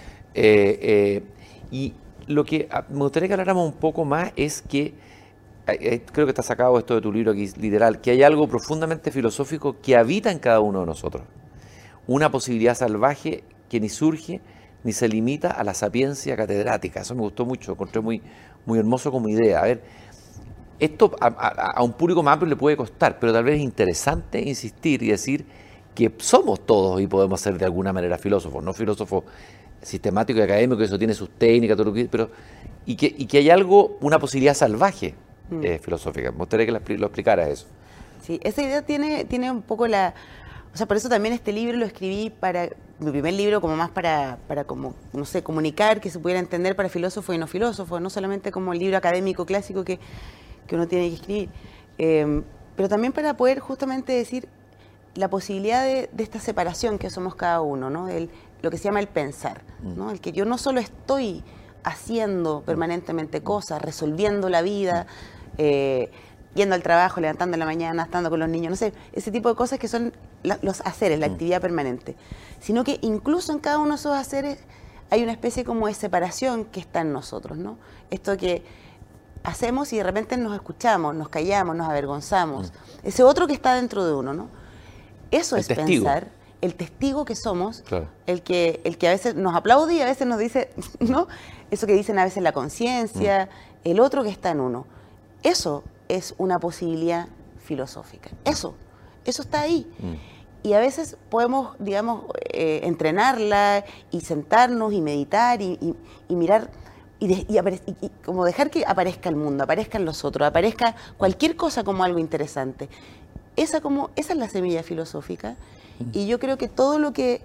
Y lo que me gustaría que habláramos un poco más es que, creo que está sacado esto de tu libro aquí, literal, que hay algo profundamente filosófico que habita en cada uno de nosotros. Una posibilidad salvaje que ni surge ni se limita a la sapiencia catedrática. Eso me gustó mucho, encontré muy, muy hermoso como idea. A ver, esto a un público más amplio le puede costar, pero tal vez es interesante insistir y decir que somos todos y podemos ser de alguna manera filósofos, no filósofos sistemáticos y académicos, eso tiene sus técnicas, todo lo que, pero y que hay algo, una posibilidad salvaje filosófica. Me gustaría que lo explicara eso. Sí, esa idea tiene un poco o sea, por eso también este libro lo escribí mi primer libro como más para como, no sé, comunicar, que se pudiera entender para filósofos y no filósofos, no solamente como el libro académico clásico que uno tiene que escribir, pero también para poder justamente decir la posibilidad de esta separación que somos cada uno, ¿no? Lo que se llama el pensar, ¿no? El que yo no solo estoy haciendo permanentemente cosas, resolviendo la vida, yendo al trabajo, levantando en la mañana, estando con los niños, no sé, ese tipo de cosas que son los haceres, la actividad permanente, sino que incluso en cada uno de esos haceres hay una especie como de separación que está en nosotros, ¿no? Esto que hacemos y de repente nos escuchamos, nos callamos, nos avergonzamos, ese otro que está dentro de uno, ¿no? Eso es pensar, el testigo que somos, claro. el que a veces nos aplaude y a veces nos dice, ¿no? Eso que dicen a veces la conciencia, el otro que está en uno. Eso es una posibilidad filosófica. Eso está ahí. Y a veces podemos, digamos, entrenarla y sentarnos y meditar y mirar y como dejar que aparezca el mundo, aparezcan los otros, aparezca cualquier cosa como algo interesante. Esa es la semilla filosófica y yo creo que todo lo que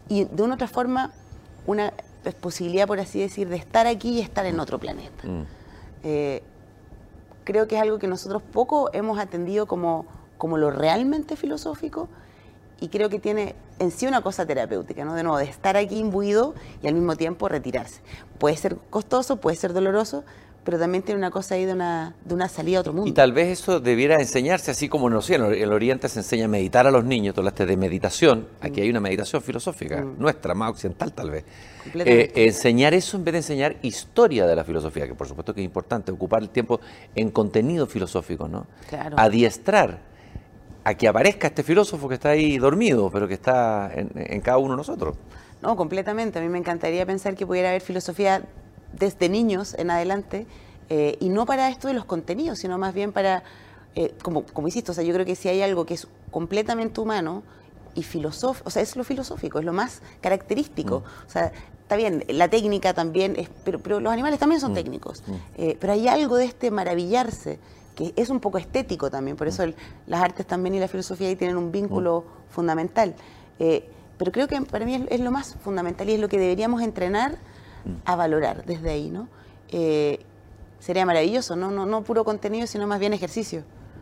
y de una otra forma una posibilidad, por así decir, de estar aquí y estar en otro planeta. Creo que es algo que nosotros poco hemos atendido como lo realmente filosófico, y creo que tiene en sí una cosa terapéutica, ¿no? De nuevo, de estar aquí imbuido y al mismo tiempo retirarse. Puede ser costoso, puede ser doloroso, pero también tiene una cosa ahí de una salida a otro mundo. Y tal vez eso debiera enseñarse, así como no sé, en el Oriente se enseña a meditar a los niños. Tú hablaste de meditación, aquí hay una meditación filosófica, nuestra, más occidental tal vez. Enseñar eso en vez de enseñar historia de la filosofía, que por supuesto que es importante, ocupar el tiempo en contenido filosófico, ¿no? Claro. Adiestrar a que aparezca este filósofo que está ahí dormido, pero que está en cada uno de nosotros. No, completamente. A mí me encantaría pensar que pudiera haber filosofía desde niños en adelante, y no para esto de los contenidos, sino más bien para, como insisto, o sea, yo creo que si hay algo que es completamente humano y filosófico, o sea, es lo filosófico, es lo más característico. O sea, está bien, la técnica también, pero los animales también son técnicos. Pero hay algo de este maravillarse que es un poco estético también, por eso las artes también y la filosofía ahí tienen un vínculo fundamental. Pero creo que para mí es lo más fundamental y es lo que deberíamos entrenar a valorar desde ahí, ¿no? Sería maravilloso, no puro contenido, sino más bien ejercicio.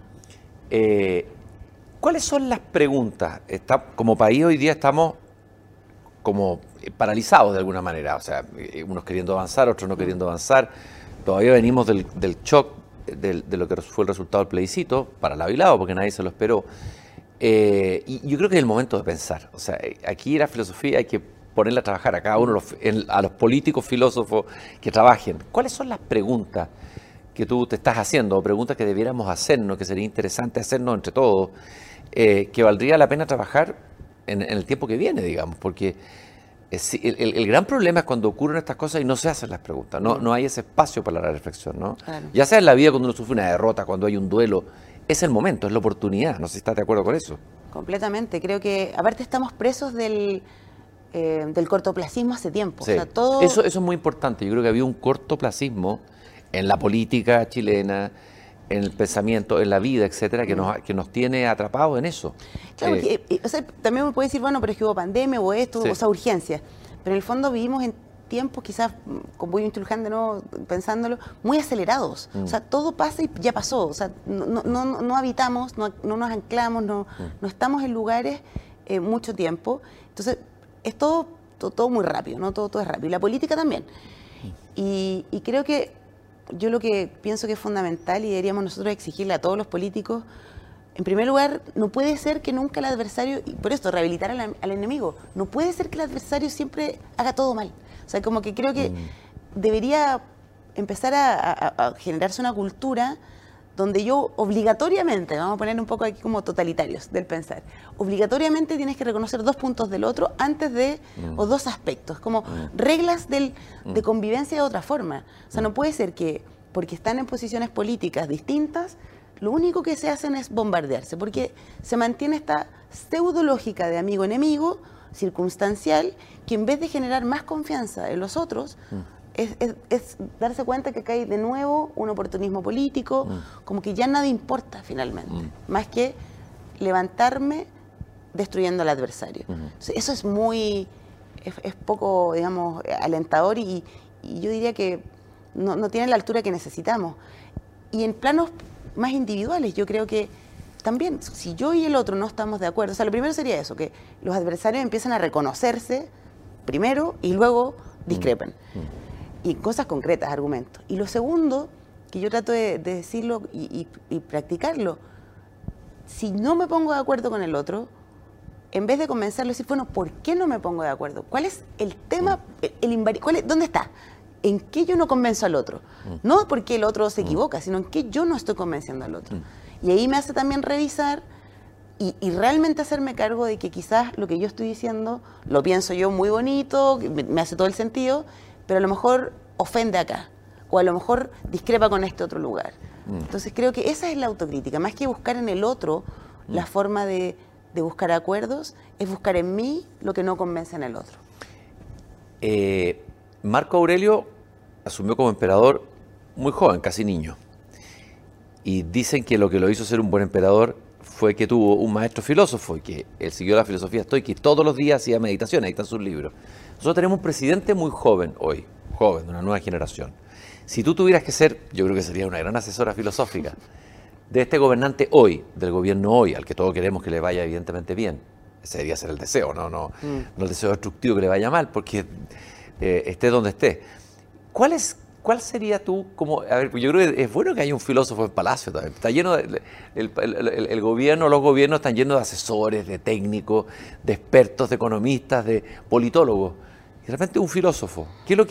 ¿Cuáles son las preguntas? Como país hoy día estamos como paralizados de alguna manera, o sea, unos queriendo avanzar, otros no queriendo avanzar. Todavía venimos del shock de lo que fue el resultado del plebiscito, para lado y lado, porque nadie se lo esperó. Y yo creo que es el momento de pensar. O sea, aquí la filosofía hay que ponerla a trabajar a cada uno, a los políticos, filósofos que trabajen. ¿Cuáles son las preguntas que tú te estás haciendo, o preguntas que debiéramos hacernos, que sería interesante hacernos entre todos, que valdría la pena trabajar en el tiempo que viene, digamos? Porque el gran problema es cuando ocurren estas cosas y no se hacen las preguntas, no hay ese espacio para la reflexión, ¿no? Claro. Ya sea en la vida cuando uno sufre una derrota, cuando hay un duelo, es el momento, es la oportunidad. No sé si estás de acuerdo con eso. Completamente. Creo que, aparte, estamos presos del cortoplacismo hace tiempo. Sí. O sea, todo... Eso es muy importante. Yo creo que había un cortoplacismo en la política chilena, en el pensamiento, en la vida, etcétera, que nos tiene atrapados en eso. Claro, o sea, también me puede decir, bueno, pero es que hubo pandemia, hubo esto, Sí. o sea, urgencia. Pero en el fondo vivimos en tiempos, quizás, con muy intrujante, ¿no? Pensándolo, muy acelerados. O sea, todo pasa y ya pasó. O sea, no habitamos, no nos anclamos, no estamos en lugares mucho tiempo. Entonces, es todo muy rápido, ¿no? Todo es rápido. Y la política también. Y creo que yo lo que pienso que es fundamental y deberíamos nosotros exigirle a todos los políticos, en primer lugar, no puede ser que nunca el adversario, y por esto, rehabilitar al enemigo, no puede ser que el adversario siempre haga todo mal. O sea, como que creo que debería empezar a generarse una cultura donde yo obligatoriamente, vamos a poner un poco aquí como totalitarios del pensar, obligatoriamente tienes que reconocer dos puntos del otro antes de, o dos aspectos, como reglas de convivencia de otra forma. O sea, no puede ser que, porque están en posiciones políticas distintas, lo único que se hacen es bombardearse, porque se mantiene esta pseudológica de amigo-enemigo, circunstancial, que en vez de generar más confianza en los otros, es darse cuenta que acá hay de nuevo un oportunismo político, como que ya nada importa finalmente, más que levantarme destruyendo al adversario. Entonces, eso es es poco, digamos, alentador y yo diría que no tiene la altura que necesitamos. Y en planos más individuales, yo creo que también, si yo y el otro no estamos de acuerdo, o sea, lo primero sería eso, que los adversarios empiezan a reconocerse primero y luego discrepan. Y cosas concretas, argumentos. Y lo segundo, que yo trato de decirlo y practicarlo, si no me pongo de acuerdo con el otro, en vez de convencerlo, decir, bueno, ¿por qué no me pongo de acuerdo? ¿Cuál es el tema? ¿Dónde está? ¿En qué yo no convenzo al otro? No porque el otro se equivoca, sino en qué yo no estoy convenciendo al otro. Y ahí me hace también revisar y realmente hacerme cargo de que quizás lo que yo estoy diciendo lo pienso yo muy bonito, me hace todo el sentido, pero a lo mejor ofende acá, o a lo mejor discrepa con este otro lugar. Entonces creo que esa es la autocrítica, más que buscar en el otro la forma de buscar acuerdos, es buscar en mí lo que no convence en el otro. Marco Aurelio asumió como emperador muy joven, casi niño. Y dicen que lo hizo ser un buen emperador fue que tuvo un maestro filósofo y que él siguió la filosofía estoica y todos los días hacía meditación, ahí están sus libros. Nosotros tenemos un presidente muy joven hoy, joven, de una nueva generación. Si tú tuvieras que ser, yo creo que sería una gran asesora filosófica de este gobernante hoy, del gobierno hoy, al que todos queremos que le vaya evidentemente bien. Ese debería ser el deseo, no el deseo destructivo que le vaya mal, porque esté donde esté. ¿Cuál sería tú como, a ver, yo creo que es bueno que haya un filósofo en Palacio también, está lleno de, el gobierno, los gobiernos están llenos de asesores, de técnicos, de expertos, de economistas, de politólogos, y de repente un filósofo, ¿qué es lo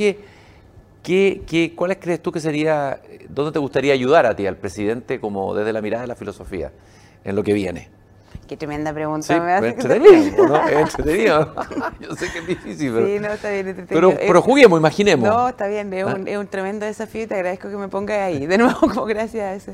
¿cuáles crees tú que sería, dónde te gustaría ayudar a ti, al presidente, como desde la mirada de la filosofía, en lo que viene? Qué tremenda pregunta Sí, me hace. es entretenido, ¿no? Es entretenido. Yo sé que es difícil, pero, Sí, no, está bien entretenido. pero juguemos, imaginemos. No, está bien, es un tremendo desafío y te agradezco que me pongas ahí. De nuevo, como gracias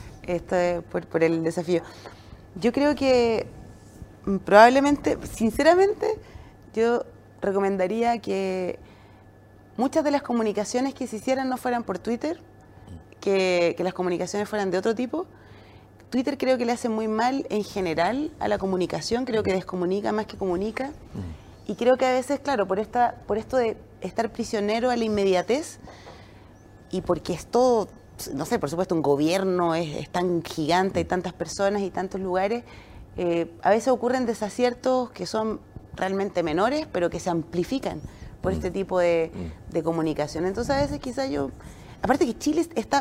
por el desafío. Yo creo que probablemente, sinceramente, yo recomendaría que muchas de las comunicaciones que se hicieran no fueran por Twitter, que las comunicaciones fueran de otro tipo. Twitter creo que le hace muy mal en general a la comunicación, creo que descomunica más que comunica. Y creo que a veces, claro, por esto de estar prisionero a la inmediatez y porque es todo, no sé, por supuesto un gobierno es tan gigante, hay tantas personas y tantos lugares, a veces ocurren desaciertos que son realmente menores, pero que se amplifican por este tipo de comunicación. Entonces a veces quizás aparte que Chile está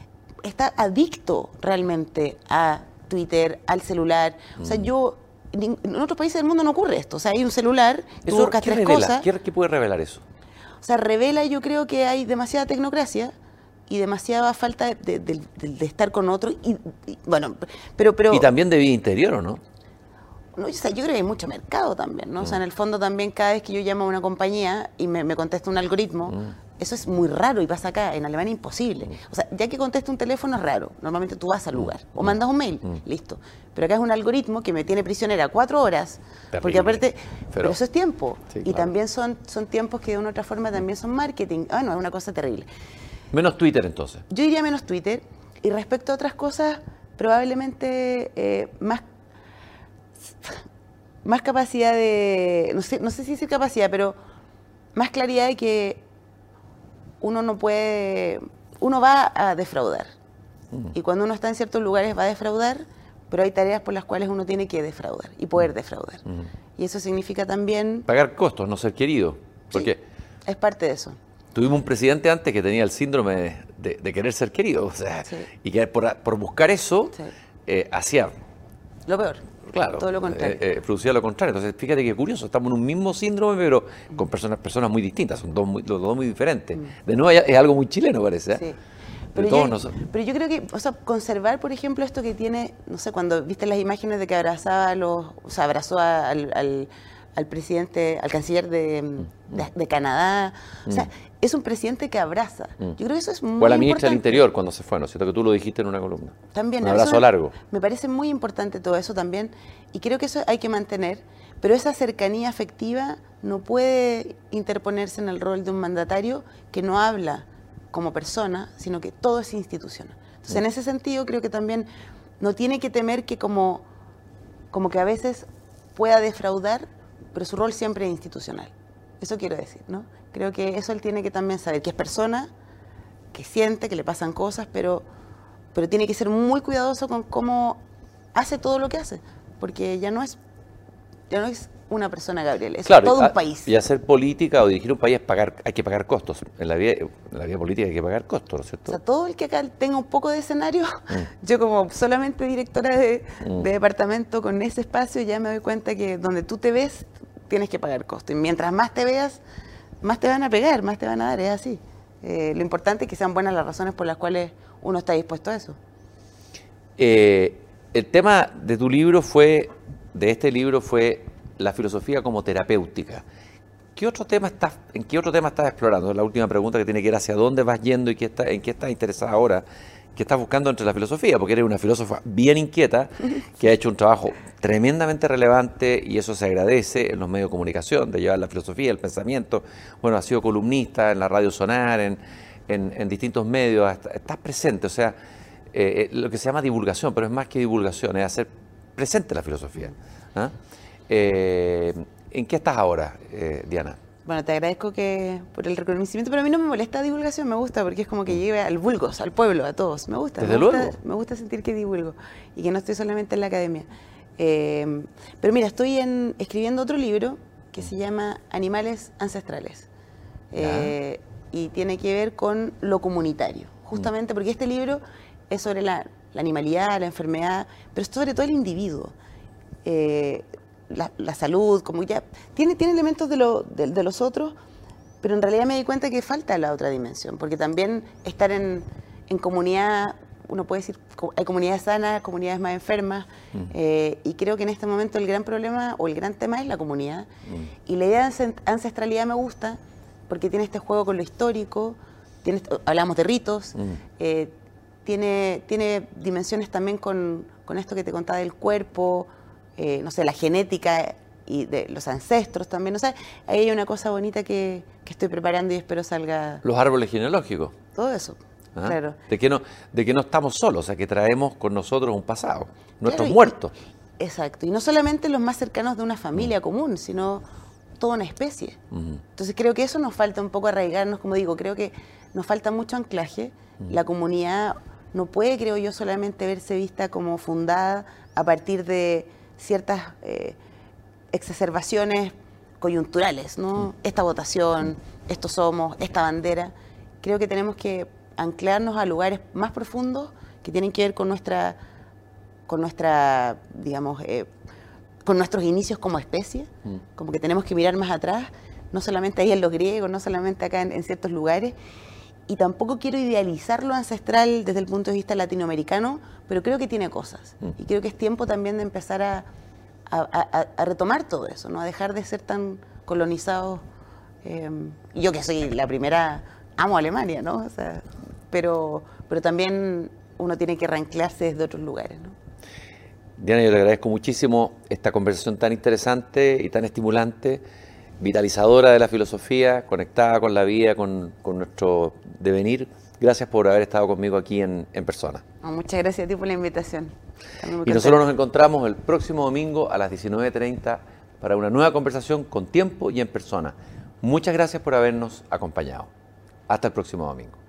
adicto realmente a Twitter, al celular. O sea, en otros países del mundo no ocurre esto. O sea, hay un celular, tú buscas tres cosas. ¿Qué puede revelar eso? O sea, revela, yo creo que hay demasiada tecnocracia y demasiada falta de estar con otro. Bueno, pero Y también de vida interior, ¿o no? No, o sea, yo creo que hay mucho mercado también, ¿no? O sea, en el fondo también cada vez que yo llamo a una compañía y me contesta un algoritmo, eso es muy raro y pasa acá, en Alemania imposible. O sea, ya que contesta un teléfono es raro, normalmente tú vas al lugar o mandas un mail, listo. Pero acá es un algoritmo que me tiene prisionera 4 horas, Terrible. porque aparte, pero eso es tiempo. Sí, y claro. También son tiempos que de una u otra forma también son marketing. No, es una cosa terrible. Menos Twitter entonces. Yo diría menos Twitter y respecto a otras cosas, probablemente más capacidad de, no sé si decir capacidad, pero más claridad de que uno va a defraudar. Y cuando uno está en ciertos lugares va a defraudar, pero hay tareas por las cuales uno tiene que defraudar y poder defraudar. Y eso significa también... Pagar costos, no ser querido. Porque sí, es parte de eso. tuvimos un presidente antes que tenía el síndrome de querer ser querido. O sea, Sí. y que por buscar eso, Sí. hacía... Lo peor. Claro, Todo lo contrario. producía lo contrario. Entonces, fíjate qué curioso, estamos en un mismo síndrome, pero con personas muy distintas, son los dos muy diferentes. De nuevo, es algo muy chileno, parece. ¿eh? Sí. Pero yo creo que, o sea, conservar, por ejemplo, esto que tiene, no sé, cuando viste las imágenes de que abrazó al presidente, al canciller de Canadá, o sea, es un presidente que abraza. Yo creo que eso es muy importante. O a la ministra del Interior cuando se fue, ¿no es cierto? Que tú lo dijiste en una columna. También, un abrazo largo. Me parece muy importante todo eso también, y creo que eso hay que mantener, pero esa cercanía afectiva no puede interponerse en el rol de un mandatario que no habla como persona, sino que todo es institucional. Entonces, en ese sentido, creo que también no tiene que temer que como que a veces pueda defraudar, pero su rol siempre es institucional. Eso quiero decir, ¿no? Creo que eso él tiene que también saber, que es persona, que siente, que le pasan cosas, pero tiene que ser muy cuidadoso con cómo hace todo lo que hace, porque ya no es una persona, Gabriel, es todo un país. Y hacer política o dirigir un país hay que pagar costos. En la vida política hay que pagar costos, ¿no es cierto? O sea, todo el que acá tenga un poco de escenario, yo como solamente directora de departamento con ese espacio, ya me doy cuenta que donde tú te ves, tienes que pagar costos. Y mientras más te veas, más te van a pegar, más te van a dar, es así. Lo importante es que sean buenas las razones por las cuales uno está dispuesto a eso. El tema de tu libro fue la filosofía como terapéutica. ¿En qué otro tema estás explorando? Es la última pregunta que tiene que ir hacia dónde vas yendo y en qué estás interesada ahora, qué estás buscando entre la filosofía, porque eres una filósofa bien inquieta, que ha hecho un trabajo tremendamente relevante y eso se agradece en los medios de comunicación, de llevar la filosofía, el pensamiento. Bueno, has sido columnista en la Radio Sonar, en distintos medios, estás presente, o sea, lo que se llama divulgación, pero es más que divulgación, es hacer presente la filosofía. ¿Ah? ¿En qué estás ahora, Diana? Bueno, te agradezco por el reconocimiento, pero a mí no me molesta divulgación, me gusta, porque es como que llegue al vulgos, al pueblo, a todos. Me gusta. Desde luego. Me gusta sentir que divulgo y que no estoy solamente en la academia. Pero mira, estoy escribiendo otro libro que se llama Animales Ancestrales. Y tiene que ver con lo comunitario, justamente porque este libro es sobre la animalidad, la enfermedad, pero es sobre todo el individuo. La salud, como ya tiene elementos de los otros, pero en realidad me di cuenta que falta la otra dimensión, porque también estar en comunidad, uno puede decir, hay comunidades sanas, comunidades más enfermas, y creo que en este momento el gran problema o el gran tema es la comunidad. Y la idea de ancestralidad me gusta, porque tiene este juego con lo histórico, hablamos de ritos, tiene dimensiones también con esto que te contaba del cuerpo, no sé, la genética y de los ancestros también. O sea, ahí hay una cosa bonita que estoy preparando y espero salga. Los árboles genealógicos. Todo eso, claro. De que no estamos solos, o sea, que traemos con nosotros un pasado, nuestros claro, muertos. Exacto, y no solamente los más cercanos de una familia común, sino toda una especie. Entonces creo que eso nos falta un poco arraigarnos, como digo, creo que nos falta mucho anclaje. La comunidad no puede, creo yo, solamente verse vista como fundada a partir de ciertas exacerbaciones coyunturales, ¿no? Esta votación, estos somos, esta bandera. Creo que tenemos que anclarnos a lugares más profundos que tienen que ver con nuestra digamos, con nuestros inicios como especie, como que tenemos que mirar más atrás, no solamente ahí en los griegos, no solamente acá en ciertos lugares, y tampoco quiero idealizar lo ancestral desde el punto de vista latinoamericano, pero creo que tiene cosas, y creo que es tiempo también de empezar a retomar todo eso, ¿no? A dejar de ser tan colonizados. Yo que soy la primera, amo Alemania, ¿no? O sea, pero también uno tiene que reanclarse desde otros lugares, ¿no? Diana, yo te agradezco muchísimo esta conversación tan interesante y tan estimulante, vitalizadora de la filosofía, conectada con la vida, con nuestro devenir. Gracias por haber estado conmigo aquí en persona. Muchas gracias a ti por la invitación. Y nosotros nos encontramos el próximo domingo a las 19:30 para una nueva conversación con tiempo y en persona. Muchas gracias por habernos acompañado. Hasta el próximo domingo.